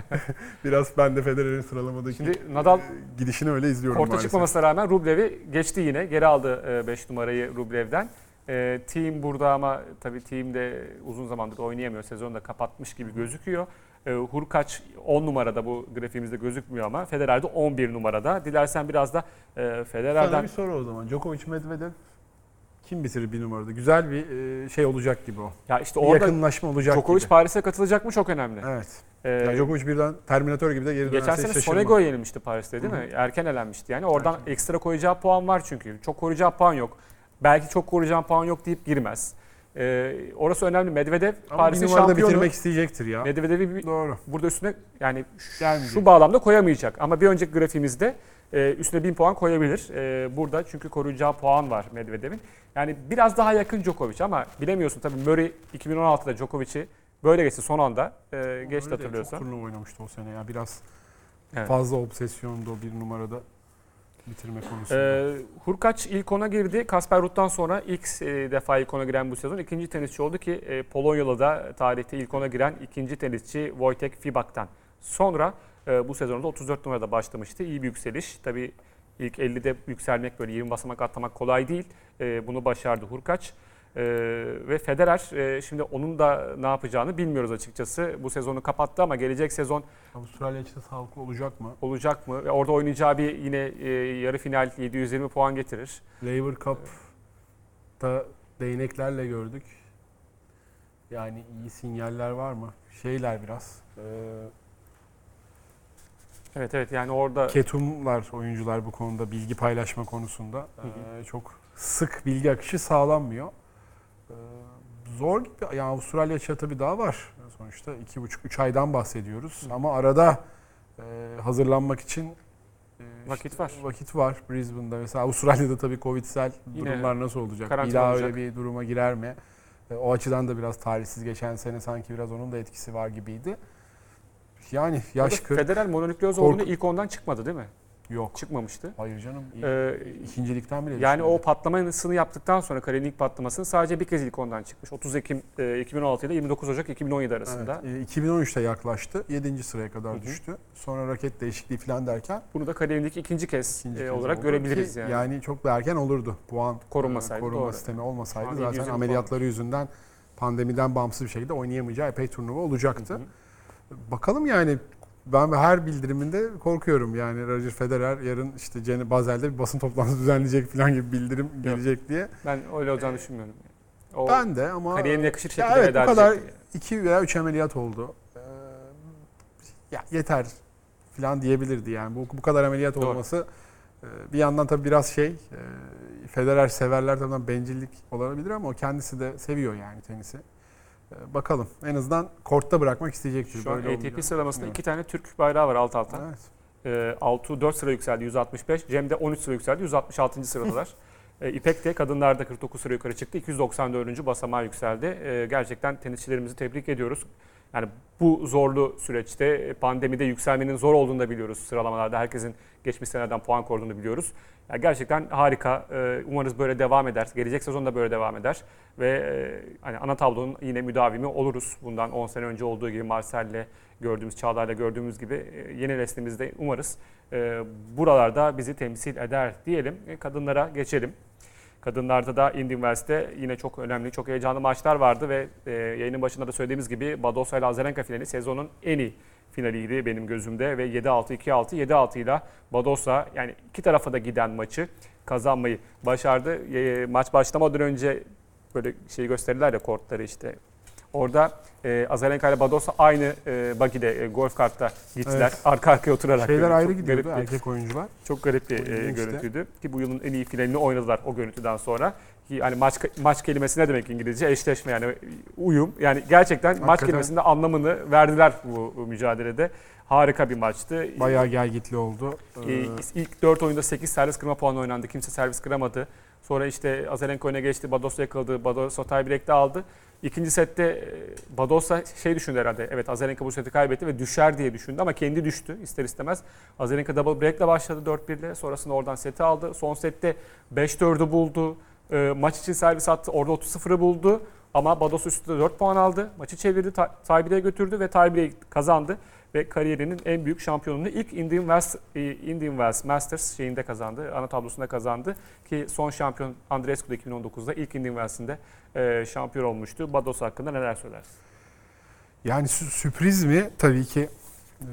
Biraz ben de Federer'in sıralamadaki Şimdi Nadal e, gidişini öyle izliyorum Korta maalesef. çıkmamasına rağmen Rublev'i geçti yine. Geri aldı beş numarayı Rublev'den. E, Thiem burada ama tabii Thiem de uzun zamandır oynayamıyor. Sezonu da kapatmış gibi gözüküyor. E, Hurkaç on numarada bu grafiğimizde gözükmüyor ama Federer de on bir numarada. Dilersen biraz da e, Sana Federer'den bir soru o zaman. Djokovic, Medvedev kim bitirir bir numarada? Güzel bir e, şey olacak gibi o. ya işte Bir orada yakınlaşma olacak Djokovic gibi. Paris'e katılacak mı çok önemli. Evet. E, Yani Djokovic birden Terminator gibi de geri dönerse Geçen sene şaşırmam. Sonego'ya yenilmişti Paris'te değil mi? Erken elenmişti yani. Oradan Erken. ekstra koyacağı puan var çünkü. Çok koruyacağı puan yok. Belki çok koruyacağı puan yok deyip girmez. Ee, orası önemli. Medvedev Ama Paris'in bir numarada şampiyonu. bitirmek isteyecektir ya. Medvedev'i bir- Doğru. burada üstüne yani şu, Gelmeyecek. şu bağlamda koyamayacak. Ama bir önceki grafiğimizde e, üstüne bin puan koyabilir. E, burada çünkü koruyacağı puan var Medvedev'in. Yani biraz daha yakın Djokovic ama bilemiyorsun tabii Murray iki bin on altıda Djokovic'i böyle geçti son anda. E, geçti Öyle de hatırlıyorsan. Çok turnuva oynamıştı o sene ya. Biraz Evet. fazla obsesyondu o bir numarada bitirme konusunda. Ee, Hurkaç ilk ona girdi. Kasper Ruud'dan sonra ilk e, defa ilk ona giren bu sezon ikinci tenisçi oldu ki e, Polonyalı da tarihte ilk ona giren ikinci tenisçi Wojtek Fibak'tan. Sonra e, bu sezonda otuz dört numarada başlamıştı. İyi bir yükseliş. Tabii ilk ellide yükselmek böyle yirmi basamak atlamak kolay değil. E, bunu başardı Hurkaç. E, ve Federer e, şimdi onun da ne yapacağını bilmiyoruz açıkçası. Bu sezonu kapattı ama gelecek sezon Avustralya için sağlıklı olacak mı? olacak mı? Ve orada oynayacağı bir yine e, yarı final yedi yüz yirmi puan getirir. Laver Cup'ta değneklerle gördük. Yani iyi sinyaller var mı? Şeyler biraz. E, Evet evet yani orada ketumlar oyuncular bu konuda bilgi paylaşma konusunda e, çok sık bilgi akışı sağlanmıyor. E, zor gibi. Yani Avustralya için tabii daha var. Sonuçta iki buçuk üç aydan bahsediyoruz. Ama arada e, hazırlanmak için e, Vakit işte var. Vakit var Brisbane'da. Mesela Avustralya'da tabii Covid'sel Yine durumlar nasıl olacak? Bir karantina daha olacak. öyle bir duruma girer mi? E, o açıdan da biraz talihsiz. Geçen sene sanki biraz onun da etkisi var gibiydi. Yani yaş Orada kırk. Federer mononükleoz Korku- olduğunda ilk ondan çıkmadı değil mi? Yok. Çıkmamıştı. Hayır canım. Ee, İkincilikten bile Yani düşmedi. o patlamasını yaptıktan sonra kariyerin ilk patlamasını sadece bir kez ilk ondan çıkmış. otuz Ekim e, iki bin on altı ile yirmi dokuz Ocak iki bin on yedi arasında. Evet, e, iki bin on üçte yaklaştı. yedinci sıraya kadar Hı hı. düştü. Sonra raket değişikliği falan derken Bunu da kariyerindeki ikinci kez ikinci e, kez olarak oldu görebiliriz ki yani. Yani çok da erken olurdu. Puan Korunmasaydı, e, korunma doğru. sistemi Şu olmasaydı an zaten yedi yüz yirmi ameliyatları yüzünden pandemiden bağımsız bir şekilde oynayamayacağı epey turnuva olacaktı. Hı hı. Bakalım yani ben her bildiriminde korkuyorum. Yani Roger Federer yarın işte Jenny Basel'de bir basın toplantısı düzenleyecek falan gibi bildirim gelecek diye. Ben öyle olacağını düşünmüyorum. O Ben de ama kariyerine yakışır şekilde ya evet, veda bu kadar edecekti yani. iki veya üç ameliyat oldu. Ee, ya yeter falan diyebilirdi yani. Bu bu kadar ameliyat Doğru. olması e, bir yandan tabii biraz şey e, Federer severler tarafından bencillik olabilir ama o kendisi de seviyor yani tenisi. E, bakalım. En azından kortta bırakmak isteyecektir. Şu an Böyle A T P olmayacağını sıralamasında düşünüyorum. iki tane Türk bayrağı var alt alta. Evet. E, Altuğ dört sıra yükseldi yüz altmış beş. Cem de on üç sıra yükseldi yüz altmış altıncı sıradalar. e, İpek de kadınlarda kırk dokuz sıra yukarı çıktı. iki yüz doksan dördüncü basamağa yükseldi. E, gerçekten tenisçilerimizi tebrik ediyoruz. Yani bu zorlu süreçte pandemide yükselmenin zor olduğunu da biliyoruz sıralamalarda. Herkesin geçmiş senelerden puan koruduğunu biliyoruz. Yani gerçekten harika. E, umarız böyle devam eder. Gelecek sezon da böyle devam eder. Ve e, hani ana tablonun yine müdavimi oluruz. Bundan on sene önce olduğu gibi Marcel'le gördüğümüz, Çağlar'la gördüğümüz gibi e, yeni neslimizde umarız e, buralarda bizi temsil eder diyelim. E, kadınlara geçelim. Kadınlarda da Indy Wells'te yine çok önemli, çok heyecanlı maçlar vardı ve e, yayının başında da söylediğimiz gibi Badosa ile Azarenka finali sezonun en iyi finaliydi benim gözümde ve yedi altı iki altı yedi altı ile Badosa yani iki tarafa da giden maçı kazanmayı başardı. E, maç başlamadan önce böyle şey gösterirler ya kortları işte. Orada e, Azarenka ile Badosa aynı e, buggy'de, e, golf kartta gittiler. Evet. Arka arkaya oturarak. Şeyler böyle ayrı çok gidiyordu garip bir- erkek oyuncular. Çok garip bir e, İlginçti. görüntüydü ki bu yılın en iyi finalini oynadılar o görüntüden sonra. Ki hani maç maç kelimesi ne demek İngilizce? Eşleşme yani uyum. Yani gerçekten maç Hakikaten. kelimesinde anlamını verdiler bu, bu mücadelede. Harika bir maçtı. Bayağı gelgitli oldu. Ee, Ee, ilk dört oyunda sekiz servis kırma puanı oynandı. Kimse servis kıramadı. Sonra işte Azarenka öne geçti. Badosa yakaladı. Badosa tiebreak'te aldı. İkinci sette e, Badosa şey düşündü herhalde. Evet Azarenka bu seti kaybetti ve düşer diye düşündü ama kendi düştü ister istemez. Azarenka double break'le başladı dört birle. Sonrasında oradan seti aldı. Son sette beş dördü buldu. E, maç için servis attı. Orada otuz sıfırı buldu. Ama Badosa üstünde dört puan aldı. Maçı çevirdi. Tiebreak'e götürdü ve tiebreak kazandı. Ve kariyerinin en büyük şampiyonluğunu ilk Indian Wells, Indian Wells Masters şeyinde kazandı. Ana tablosunda kazandı. Ki son şampiyon Andreescu da iki bin on dokuzda ilk Indian Wells'inde e, şampiyon olmuştu. Badosa hakkında neler söylersin? Yani sü- sürpriz mi? Tabii ki e,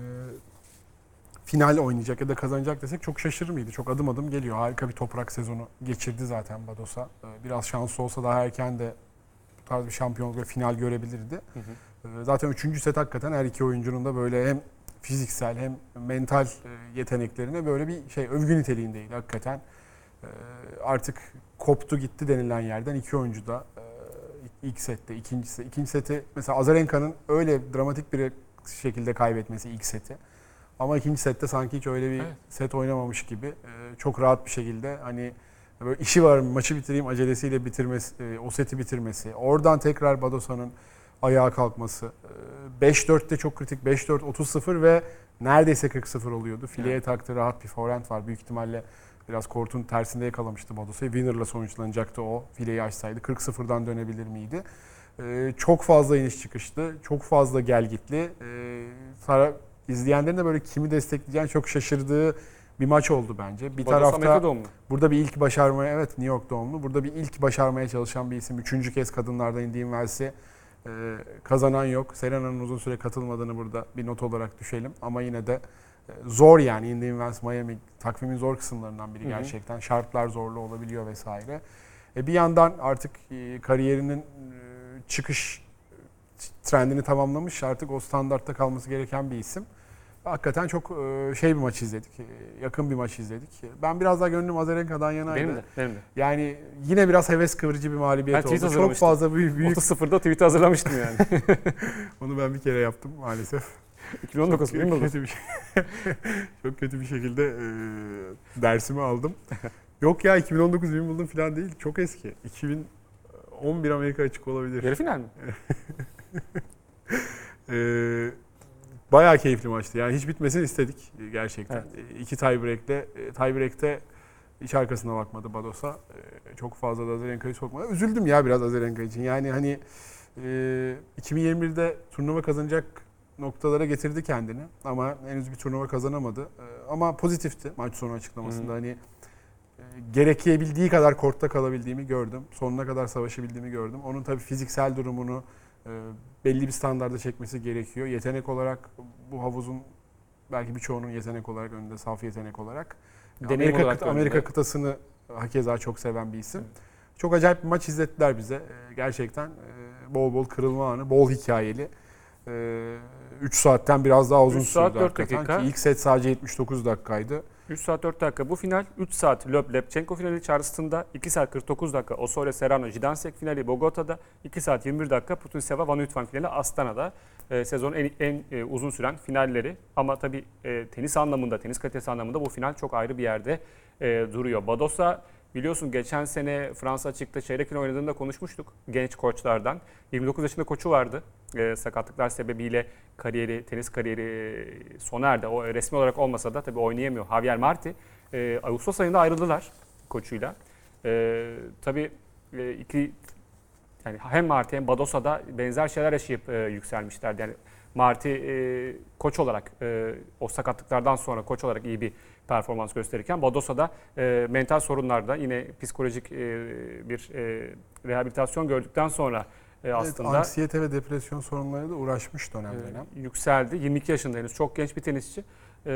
final oynayacak ya da kazanacak desek çok şaşırır mıydı? Çok adım adım geliyor. Harika bir toprak sezonu geçirdi zaten Badosa. E, biraz şanslı olsa daha erken de bu tarz bir şampiyonluk ve final görebilirdi. Hı hı. E, zaten üçüncü set hakikaten her iki oyuncunun da böyle hem fiziksel hem mental e, yeteneklerine böyle bir şey övgü niteliğindeydi hakikaten. E, artık koptu gitti denilen yerden iki oyuncu da e, ilk sette, ikinci, set, ikinci seti mesela Azarenka'nın öyle dramatik bir şekilde kaybetmesi ilk seti. Ama ikinci sette sanki hiç öyle bir Evet. set oynamamış gibi e, çok rahat bir şekilde hani böyle işi var maçı bitireyim acelesiyle bitirmesi, e, o seti bitirmesi. Oradan tekrar Badosa'nın ayağa kalkması. E, beş dörtte çok kritik. beş dört otuz sıfır ve neredeyse kırk sıfır oluyordu. Fileye Evet. taktı rahat bir forehand var. Büyük ihtimalle biraz kortun tersinde yakalamıştı Badosa'yı. Winner'la sonuçlanacaktı o. Fileyi açsaydı kırk sıfırdan dönebilir miydi? E, çok fazla iniş çıkıştı. Çok fazla gelgitli. E, Sara izleyenlerin de böyle kimi destekleyeceğini çok şaşırdığı bir maç oldu bence. Bir Badosa tarafta Amerika doğumlu. burada bir ilk başarmaya, evet New York doğumlu. Burada bir ilk başarmaya çalışan bir isim. Üçüncü kez kadınlarda Indian Wells'i e, kazanan yok. Serena'nın uzun süre katılmadığını burada bir not olarak düşelim. Ama yine de e, zor yani Indian Wells Miami takvimin zor kısımlarından biri Hı hı. gerçekten. Şartlar zorlu olabiliyor vesaire. E, bir yandan artık e, kariyerinin e, çıkış trendini tamamlamış. Artık o standartta kalması gereken bir isim. Hakikaten çok e, şey bir maç izledik. e, Yakın bir maç izledik. Ben biraz daha gönlüm Azarenka'dan yanaydı. Benim de. Benim de. Yani yine biraz heves kıvırıcı bir mağlubiyet Ben tweet oldu. Çok hazırlamıştım. fazla büyük, büyük. otuz sıfırda tweet'i hazırlamıştım yani. Onu ben bir kere yaptım maalesef. iki bin on dokuz Çok değil mi? kötü bir şey. Çok kötü bir şekilde e, dersimi aldım. Yok ya iki bin on dokuz Wimbledon falan değil. Çok eski. iki bin on bir Amerika açık olabilir. Yarı final mi? Ee, Bayağı keyifli maçtı. Yani hiç bitmesini istedik gerçekten. Evet. İki tiebreak'te, tiebreak'te hiç arkasına bakmadı Bados'a. Çok fazla da Azarenka'yı sokmadı. Üzüldüm ya biraz Azarenka için. Yani hani iki bin yirmi birde turnuva kazanacak noktalara getirdi kendini. Ama henüz bir turnuva kazanamadı. Ama pozitifti maç sonu açıklamasında. Hı. Hani gerekebildiği kadar kortta kalabildiğimi gördüm. Sonuna kadar savaşabildiğimi gördüm. Onun tabii fiziksel durumunu belli bir standarda çekmesi gerekiyor. Yetenek olarak bu havuzun belki birçoğunun yetenek olarak önünde, saf yetenek olarak. Deneyim Amerika, olarak kıta, Amerika kıtasını hakeza çok seven bir isim. Evet. Çok acayip bir maç izlettiler bize. Gerçekten bol bol kırılma anı, bol hikayeli. üç saatten biraz daha uzun sürdü. üç saat dört dakika. Ki ilk set sadece yetmiş dokuz dakikaydı. üç saat dört dakika. Bu final üç saat Löb Lepchenko finali Charleston'da, iki saat kırk dokuz dakika Osorio Serrano Jidansek finali Bogota'da, iki saat yirmi bir dakika Putintseva Van Uytvanck finali Astana'da. Ee, sezonun en, en e, uzun süren finalleri. Ama tabii e, tenis anlamında, tenis kalitesi anlamında bu final çok ayrı bir yerde e, duruyor. Bados'a biliyorsun geçen sene Fransa Açık'ta çeyrek final oynadığında konuşmuştuk genç koçlardan. yirmi dokuz yaşında koçu vardı. E, sakatlıklar sebebiyle kariyeri, tenis kariyeri sona erdi. O resmi olarak olmasa da tabii oynayamıyor. Javier Marti. E, Ağustos ayında ayrıldılar koçuyla. E, tabii e, iki yani hem Marti hem Bados'a da benzer şeyler yaşayıp e, yükselmişlerdi. Yani Marti e, koç olarak e, o sakatlıklardan sonra koç olarak iyi bir performans gösterirken Bados'a da e, mental sorunlarda yine psikolojik e, bir e, rehabilitasyon gördükten sonra e, aslında evet, anksiyete ve depresyon sorunlarıyla da uğraşmış dönem dönem. E, yükseldi. yirmi iki yaşında henüz çok genç bir tenisçi. E,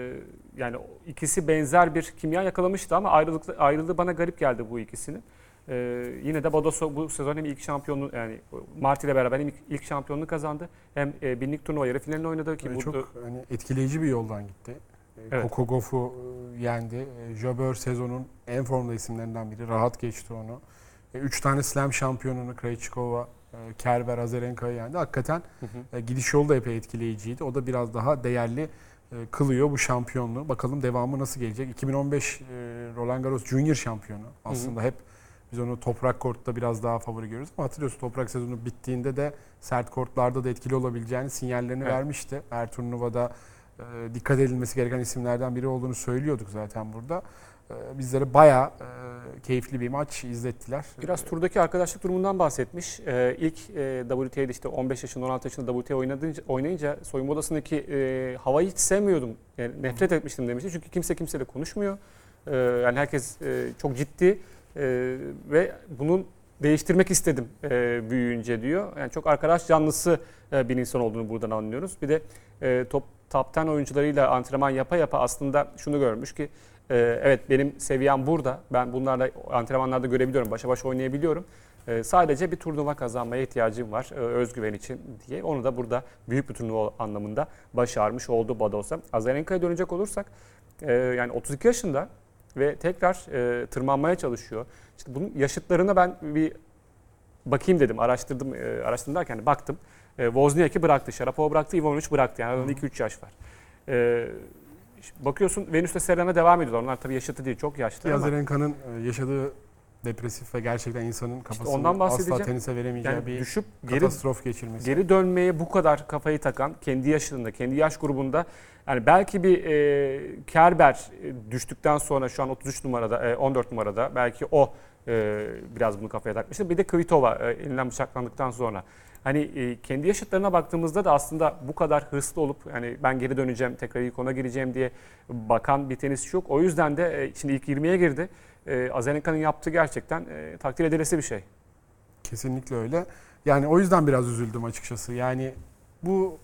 yani ikisi benzer bir kimya yakalamıştı ama ayrılık, ayrılığı bana garip geldi bu ikisinin. Ee, yine de Badosa bu sezon hem ilk şampiyonluğu yani Marti ile beraber hem ilk, ilk şampiyonluğu kazandı hem e, binlik turnuva yarı finalini oynadı ki evet, bu çok da, hani etkileyici bir yoldan gitti. Evet. Coco Gauff'u yendi. Jabeur sezonun en formda isimlerinden biri. Rahat geçti onu. Üç tane Slam şampiyonunu Krejcikova, Kerber, Azarenka'yı yendi. Hakikaten hı hı. gidiş yolu da epey etkileyiciydi. O da biraz daha değerli kılıyor bu şampiyonluğu. Bakalım devamı nasıl gelecek? iki bin on beş Roland Garros Junior şampiyonu. Aslında hı hı. hep biz onu toprak kortta biraz daha favori görüyoruz. Ama hatırlıyorsun toprak sezonu bittiğinde de sert kortlarda da etkili olabileceğini sinyallerini evet. vermişti. Her turnuvada e, dikkat edilmesi gereken isimlerden biri olduğunu söylüyorduk zaten burada. E, bizlere bayağı e, keyifli bir maç izlettiler. Biraz turdaki arkadaşlık durumundan bahsetmiş. E, ilk e, W T A'de işte on beş yaşında on altı yaşında W T A oynayınca, oynayınca soyunma odasındaki e, havayı hiç sevmiyordum. Yani nefret Hı. etmiştim demişti. Çünkü kimse kimseyle konuşmuyor. E, yani herkes e, çok ciddi. Ee, ve bunun değiştirmek istedim e, büyüyünce diyor. Yani çok arkadaş canlısı e, bir insan olduğunu buradan anlıyoruz. Bir de e, top top on oyuncularıyla antrenman yapa yapa aslında şunu görmüş ki e, evet benim seviyem burada. Ben bunlarla antrenmanlarda görebiliyorum. Başa başa oynayabiliyorum. E, sadece bir turnuva kazanmaya ihtiyacım var e, özgüven için diye. Onu da burada büyük bir turnuva anlamında başarmış oldu Bados'a. Azarenka'ya dönecek olursak e, yani otuz iki yaşında ve tekrar e, tırmanmaya çalışıyor. İşte bunun yaşıtlarına ben bir bakayım dedim, araştırdım, e, araştırdım derken baktım. E, Wozniacki bıraktı, Sharapova bıraktı, Ivanovic bıraktı. Yani aralarında iki üç yaş var. E, bakıyorsun Venüs'le Serena devam ediyorlar. Onlar tabii yaşıtı değil, çok yaşlı ama. Azarenka'nın yaşadığı depresif ve gerçekten insanın kafasını işte ondan asla tenise veremeyeceği yani bir düşüp katastrof geri, geçirmesi. Geri dönmeye bu kadar kafayı takan, kendi yaşında, kendi yaş grubunda yani belki bir e, Kerber düştükten sonra şu an otuz üç numarada, e, on dört numarada belki o e, biraz bunu kafaya takmıştır. Bir de Kvitova e, elinden bıçaklandıktan sonra. Hani e, kendi yaşıtlarına baktığımızda da aslında bu kadar hırslı olup hani ben geri döneceğim, tekrar ilk ona gireceğim diye bakan bir tenisçi yok. O yüzden de e, şimdi ilk yirmiye girdi. E, Azarenka'nın yaptığı gerçekten e, takdir edilesi bir şey. Kesinlikle öyle. Yani o yüzden biraz üzüldüm açıkçası. Yani bu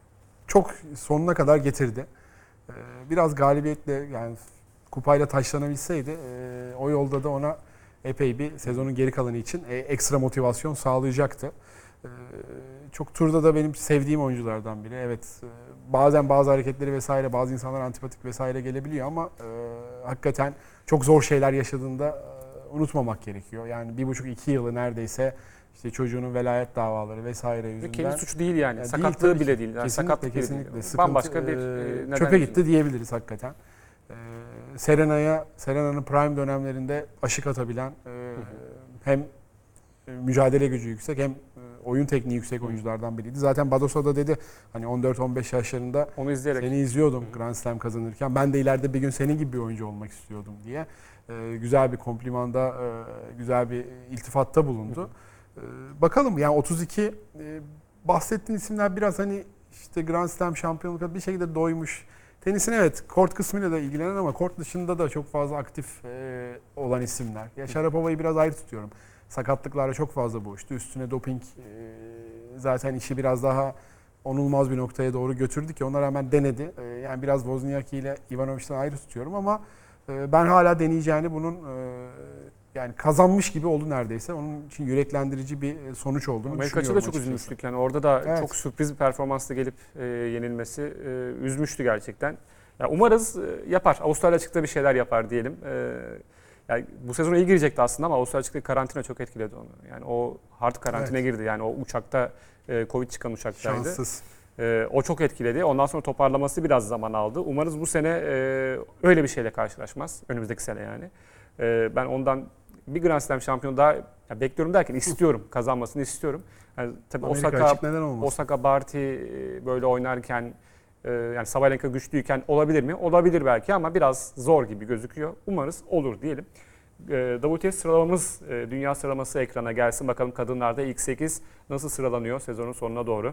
çok sonuna kadar getirdi. Ee, biraz galibiyetle yani kupayla taşlanabilseydi e, o yolda da ona epey bir sezonun geri kalanı için e, ekstra motivasyon sağlayacaktı. E, çok turda da benim sevdiğim oyunculardan biri. Evet e, bazen bazı hareketleri vesaire bazı insanlar antipatik vesaire gelebiliyor ama e, hakikaten çok zor şeyler yaşadığında e, unutmamak gerekiyor. Yani bir buçuk iki yılı neredeyse İşte çocuğunun velayet davaları vesaire yüzünden. Kendi suçu değil yani. yani sakatlığı değil, bile değil. Yani kesinlikle, sakatlık kesinlikle. değil. Sıkıntı, Bambaşka bir e, neden. Çöpe gitti diyebiliriz hakikaten. Ee, Serena'ya, Serena'nın prime dönemlerinde aşık atabilen, e, hem mücadele gücü yüksek hem oyun tekniği yüksek oyunculardan biriydi. Zaten Badosa da dedi hani on dört on beş yaşlarında Onu izleyerek. seni izliyordum Grand Slam kazanırken. Ben de ileride bir gün senin gibi bir oyuncu olmak istiyordum diye. Ee, güzel bir komplimanda, e, güzel bir iltifatta bulundu. Ee, bakalım yani otuz iki e, bahsettiğin isimler biraz hani işte Grand Slam şampiyonluk bir şekilde doymuş. Tenisin evet kort kısmıyla da ilgilenen ama kort dışında da çok fazla aktif e, olan isimler. Ya Sharapova'yı biraz ayrı tutuyorum. Sakatlıklarla çok fazla boğuştu. Üstüne doping e, zaten işi biraz daha onulmaz bir noktaya doğru götürdü ki ona rağmen denedi. E, yani biraz Wozniacki ile Ivanovic'den ayrı tutuyorum ama e, ben hala deneyeceğini bunun e, yani kazanmış gibi oldu neredeyse. Onun için yüreklendirici bir sonuç olduğunu Amerika düşünüyorum. da çok açıkçası. üzülmüştük. Yani orada da Evet. çok sürpriz bir performansla gelip e, yenilmesi e, üzmüştü gerçekten. Ya umarız e, yapar. Avustralya açıkta bir şeyler yapar diyelim. E, yani bu sezon iyi girecekti aslında ama Avustralya açıkta karantina çok etkiledi onu. Yani o hard karantina Evet. girdi. Yani o uçakta e, Covid çıkan uçaktaydı. Şanssız. E, o çok etkiledi. Ondan sonra toparlaması biraz zaman aldı. Umarız bu sene e, öyle bir şeyle karşılaşmaz. Önümüzdeki sene yani. E, ben ondan bir Grand Slam şampiyonu daha ya bekliyorum derken istiyorum. Kazanmasını istiyorum. Yani tabii Amerika Osaka, açık neden olmasın? Osaka Barty e, böyle oynarken e, yani Sabalenka güçlüyken olabilir mi? Olabilir belki ama biraz zor gibi gözüküyor. Umarız olur diyelim. E, W T S sıralamamız, e, dünya sıralaması ekrana gelsin. Bakalım kadınlarda ilk sekiz nasıl sıralanıyor sezonun sonuna doğru.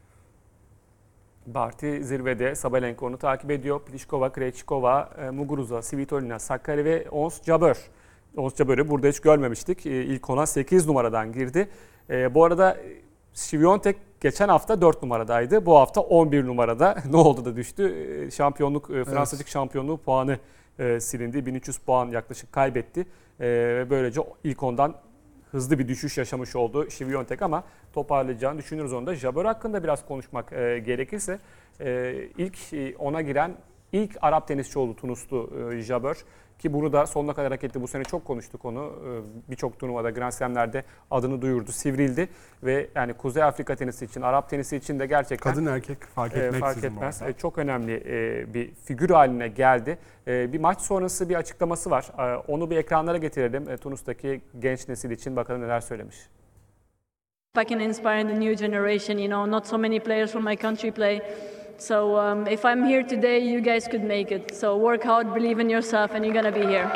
Barty zirvede, Sabalenka onu takip ediyor. Pliskova, Krejcikova, e, Muguruza, Svitolina, Sakkari ve Ons Jabeur. Ons Jabeur'ü burada hiç görmemiştik. E, ilk ona sekiz numaradan girdi. E, bu arada Świątek geçen hafta dört numaradaydı. Bu hafta on bir numarada. Ne oldu da düştü? E, şampiyonluk, e, Fransız açık şampiyonluğu puanı e, silindi. bin üç yüz puan yaklaşık kaybetti. E, böylece ilk ondan hızlı bir düşüş yaşamış oldu Świątek ama toparlayacağını düşünürüz onu da. Jabeur hakkında biraz konuşmak e, gerekirse e, ilk e, ona giren ilk Arap tenisçi oldu Tunuslu e, Jabeur. Ki bunu da sonuna kadar hak etti. Bu sene çok konuştuk onu. Birçok turnuvada, Grand Slam'lerde adını duyurdu, sivrildi. Ve yani Kuzey Afrika tenisi için, Arap tenisi için de gerçekten Kadın erkek fark e, etmeksizin fark etmez. bu arada. E, çok önemli e, bir figür haline geldi. E, bir maç sonrası bir açıklaması var. E, onu bir ekranlara getirelim. E, Tunus'taki genç nesil için bakalım neler söylemiş. If I can inspire the new generation, you know, not so many players from my country play. So um, if I'm here today, you guys could make it. So work hard, believe in yourself, and you're gonna be here.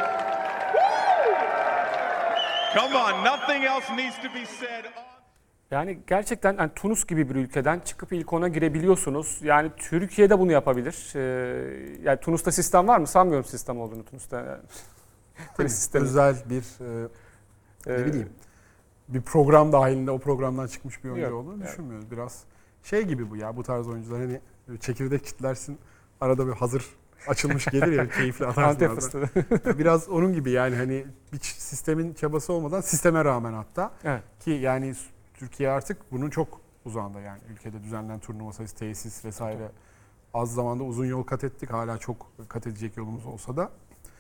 Come on, nothing else needs to be said. Yani gerçekten yani Tunus gibi bir ülkeden çıkıp ilk ona girebiliyorsunuz. Yani Türkiye'de bunu yapabilir. Ee, yani Tunus'ta sistem var mı? Sanmıyorum sistem olduğunu Tunus'ta. Yani. Tenis sistemi. Özel bir e, ne Ee, bileyim bir program dahilinde o programdan çıkmış bir oyuncu Yok, olduğunu evet. düşünmüyoruz. Biraz şey gibi bu ya bu tarz oyuncular hani çekirdek çitlersin arada bir hazır açılmış gelir ya keyifli atarsın. Antep arada. fıstığı. Biraz onun gibi yani hani bir sistemin çabası olmadan sisteme rağmen hatta Evet. ki yani Türkiye artık bunun çok uzağında yani ülkede düzenlenen turnuva sayısı, tesis vesaire az zamanda uzun yol kat ettik. Hala çok kat edecek yolumuz olsa da.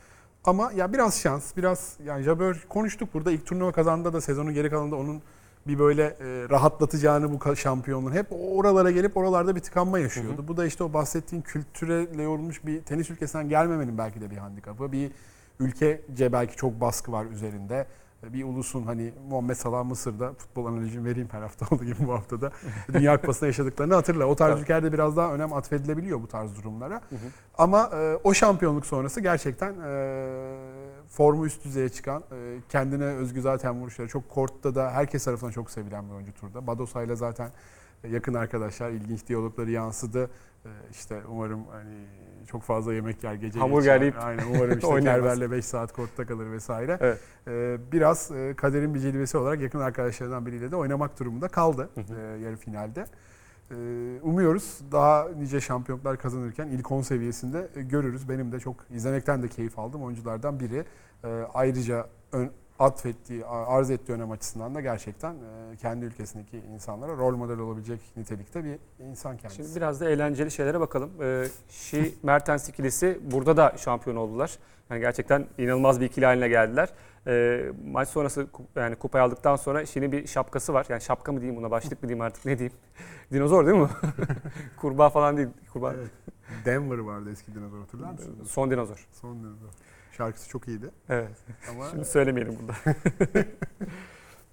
Ama ya biraz şans, biraz yani Jabeur konuştuk burada ilk turnuva kazandığında da sezonun geri kalanında onun bir böyle e, rahatlatacağını bu şampiyonluğun hep oralara gelip oralarda bir tıkanma yaşıyordu. Hı hı. Bu da işte o bahsettiğin kültürle yorulmuş bir tenis ülkesinden gelmemenin belki de bir handikapı. Bir ülkece belki çok baskı var üzerinde. Bir ulusun hani Muhammed Salah Mısır'da futbol analizini vereyim her hafta olduğu gibi bu haftada. Dünya Kupası'nda yaşadıklarını hatırla. O tarz Tabii. ülkelerde biraz daha önem atfedilebiliyor bu tarz durumlara. Hı hı. Ama e, o şampiyonluk sonrası gerçekten e, formu üst düzeye çıkan, e, kendine özgü zaten vuruşları çok kortta da herkes tarafından çok sevilen bir oyuncu turda. Badosa ile zaten yakın arkadaşlar, ilginç diyalogları yansıdı. E, işte umarım hani çok fazla yemek yer, gece Hamburger geçer. yiyip Aynen umarım işte oynayamaz. Kerber'le beş saat kortta kalır vesaire. Evet. E, biraz e, kaderin bir cilvesi olarak yakın arkadaşlarından biriyle de oynamak durumunda kaldı Hı hı. e, yarı finalde. E, umuyoruz daha nice şampiyonluklar kazanırken ilk on seviyesinde e, görürüz. Benim de çok izlemekten de keyif aldığım oyunculardan biri. E, ayrıca ön, atfettiği, arz ettiği önem açısından da gerçekten e, kendi ülkesindeki insanlara rol model olabilecek nitelikte bir insan kendisi. Şimdi biraz da eğlenceli şeylere bakalım. Ee, Şi Mertens ikilisi burada da şampiyon oldular. Yani gerçekten inanılmaz bir ikili haline geldiler. Ee, maç sonrası yani kupayı aldıktan sonra Şi'nin bir şapkası var. Yani şapka mı diyeyim buna, başlık mı diyeyim artık ne diyeyim? Dinozor değil mi? Kurbağa falan değil. Kurbağa. Evet. Denver vardı eski dinozor, hatırlar mısınız? Son dinozor. Son dinozor. Şarkısı çok iyiydi. Evet. Ama Şimdi söylemeyelim burada.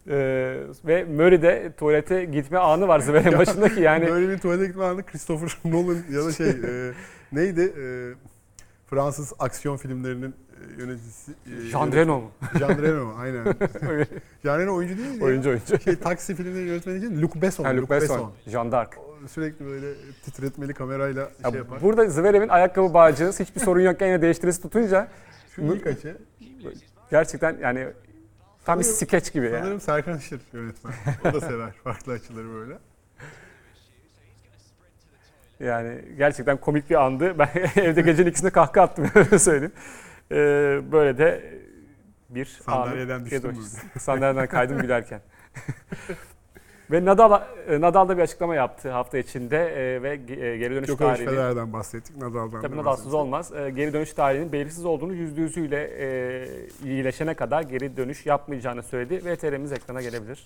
Ee, ve Murray'de tuvalete gitme anı var Zverev'in başındaki yani. Böyle bir tuvalete gitme anı Christopher Nolan ya da şey e, neydi? E, Fransız aksiyon filmlerinin yöneticisi. E, Jean Reno mu? Jean Reno aynen. Jean Reno oyuncu değil mi? Oyuncu oyuncu. Şey, taksi filmlerinin yönetmeni değil, Luc Besson. Ha, Luc Besson. Jean d'Arc. Sürekli böyle titretmeli kamerayla Ya şey yapar. burada Zverev'in ayakkabı bağcığı hiçbir sorun yokken yine değiştirisi tutunca Şu ilk açı. gerçekten yani tam bir skeç gibi Sanırım yani. Serkan Işır yönetmen. O da sever farklı açıları böyle. Yani gerçekten komik bir andı. Ben evde gecenin ikisinde kahkaha attım öyle söyleyeyim. Ee, böyle de bir Sandalyeden anı- düştüm Sandalyeden kaydım gülerken. Ve Nadal, Nadal da bir açıklama yaptı hafta içinde e, ve e, geri dönüş Djokovic tarihini. Federer'den bahsettik, Nadal'dan Tabii da Nadal'sız bahsettik. olmaz. E, geri dönüş tarihinin belirsiz olduğunu yüzde yüzüyle e, iyileşene kadar geri dönüş yapmayacağını söyledi. V T R'miz ekrana gelebilir.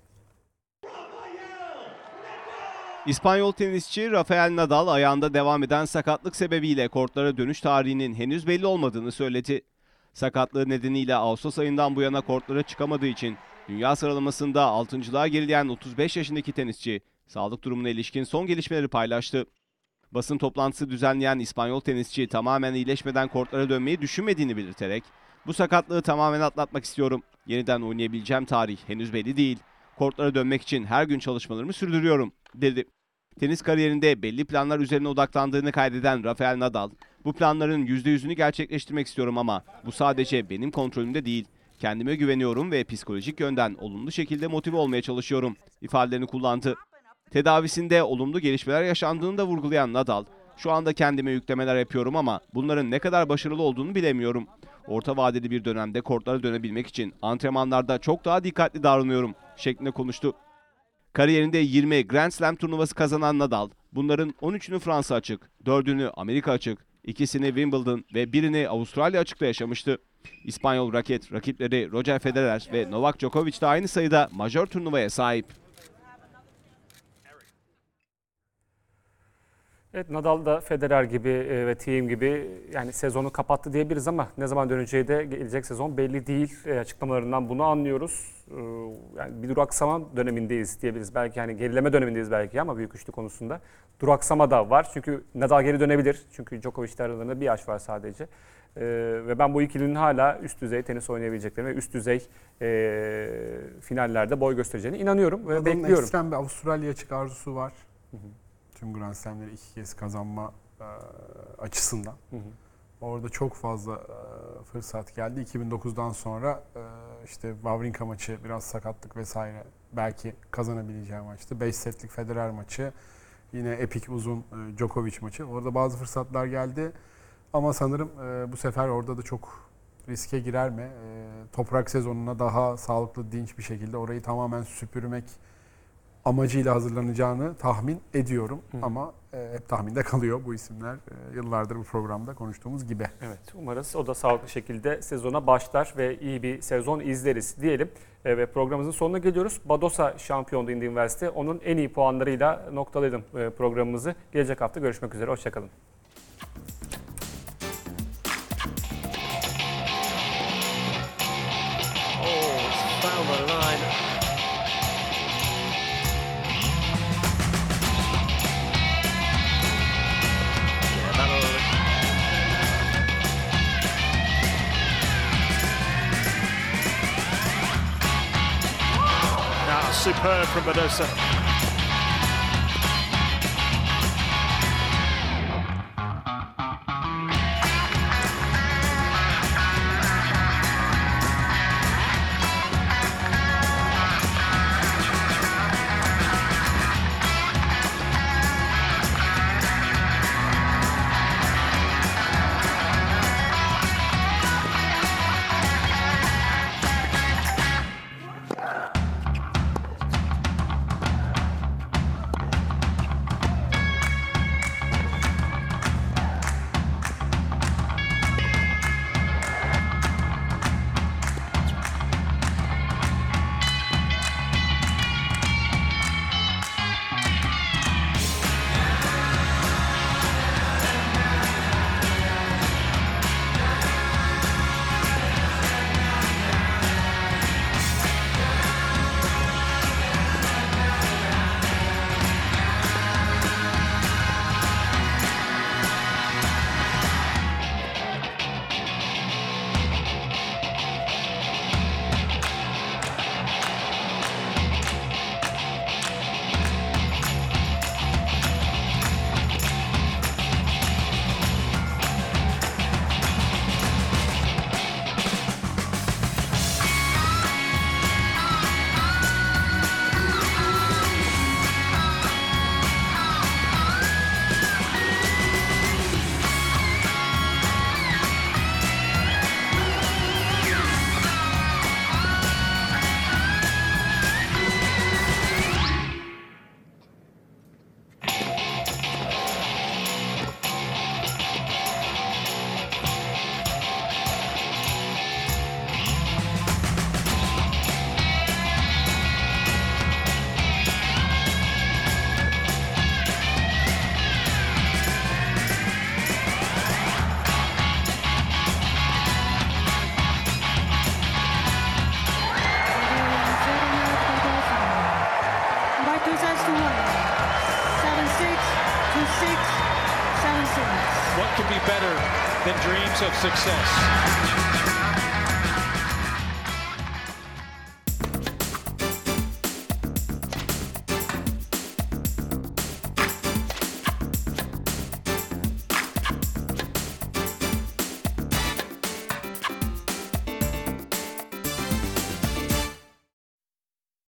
İspanyol tenisçi Rafael Nadal ayağında devam eden sakatlık sebebiyle kortlara dönüş tarihinin henüz belli olmadığını söyledi. Sakatlığı nedeniyle Ağustos ayından bu yana kortlara çıkamadığı için dünya sıralamasında altıncılığa gerileyen otuz beş yaşındaki tenisçi sağlık durumuna ilişkin son gelişmeleri paylaştı. Basın toplantısı düzenleyen İspanyol tenisçi tamamen iyileşmeden kortlara dönmeyi düşünmediğini belirterek "Bu sakatlığı tamamen atlatmak istiyorum. Yeniden oynayabileceğim tarih henüz belli değil. Kortlara dönmek için her gün çalışmalarımı sürdürüyorum," dedi. Tenis kariyerinde belli planlar üzerine odaklandığını kaydeden Rafael Nadal, "Bu planların yüzde yüzünü gerçekleştirmek istiyorum ama bu sadece benim kontrolümde değil. Kendime güveniyorum ve psikolojik yönden olumlu şekilde motive olmaya çalışıyorum," ifadelerini kullandı. Tedavisinde olumlu gelişmeler yaşandığını da vurgulayan Nadal, "Şu anda kendime yüklemeler yapıyorum ama bunların ne kadar başarılı olduğunu bilemiyorum. Orta vadeli bir dönemde kortlara dönebilmek için antrenmanlarda çok daha dikkatli davranıyorum," şeklinde konuştu. Kariyerinde yirmi Grand Slam turnuvası kazanan Nadal, bunların on üçünü Fransa açık, dördünü Amerika açık, ikisini Wimbledon ve birini Avustralya açıkta yaşamıştı. İspanyol raket rakipleri Roger Federer ve Novak Djokovic de aynı sayıda majör turnuvaya sahip. Evet, Nadal da Federer gibi e, ve Thiem gibi yani sezonu kapattı diyebiliriz ama ne zaman döneceği de gelecek sezon belli değil. E, açıklamalarından bunu anlıyoruz. E, yani bir duraksama dönemindeyiz diyebiliriz. Belki hani gerileme dönemindeyiz belki ama büyük üçlü konusunda. Duraksama da var çünkü Nadal geri dönebilir. Çünkü Djokovic'le aralarında bir yaş var sadece. E, ve ben bu ikilinin hala üst düzey tenis oynayabileceklerine ve üst düzey e, finallerde boy göstereceğine inanıyorum ve Nadal'ın bekliyorum. ekstrem bir Avustralya açık arzusu var. Hı hı. Tüm Grand Slam'leri iki kez kazanma e, açısından. Hı hı. Orada çok fazla e, fırsat geldi. iki bin dokuzdan sonra e, işte Wawrinka maçı biraz sakatlık vesaire belki kazanabileceği maçtı. beş setlik Federer maçı. Yine epik uzun e, Djokovic maçı. Orada bazı fırsatlar geldi. Ama sanırım e, bu sefer orada da çok riske girer mi? E, toprak sezonuna daha sağlıklı, dinç bir şekilde orayı tamamen süpürmek amacıyla hazırlanacağını tahmin ediyorum. Hı. Ama e, hep tahminde kalıyor bu isimler. E, yıllardır bu programda konuştuğumuz gibi. Evet, umarız o da sağlıklı şekilde sezona başlar ve iyi bir sezon izleriz diyelim. E, ve programımızın sonuna geliyoruz. Badosa şampiyondu Indy Üniversite. Onun en iyi puanlarıyla noktaladım e, programımızı. Gelecek hafta görüşmek üzere. Hoşçakalın. Superb from Badosa. better than dreams of success.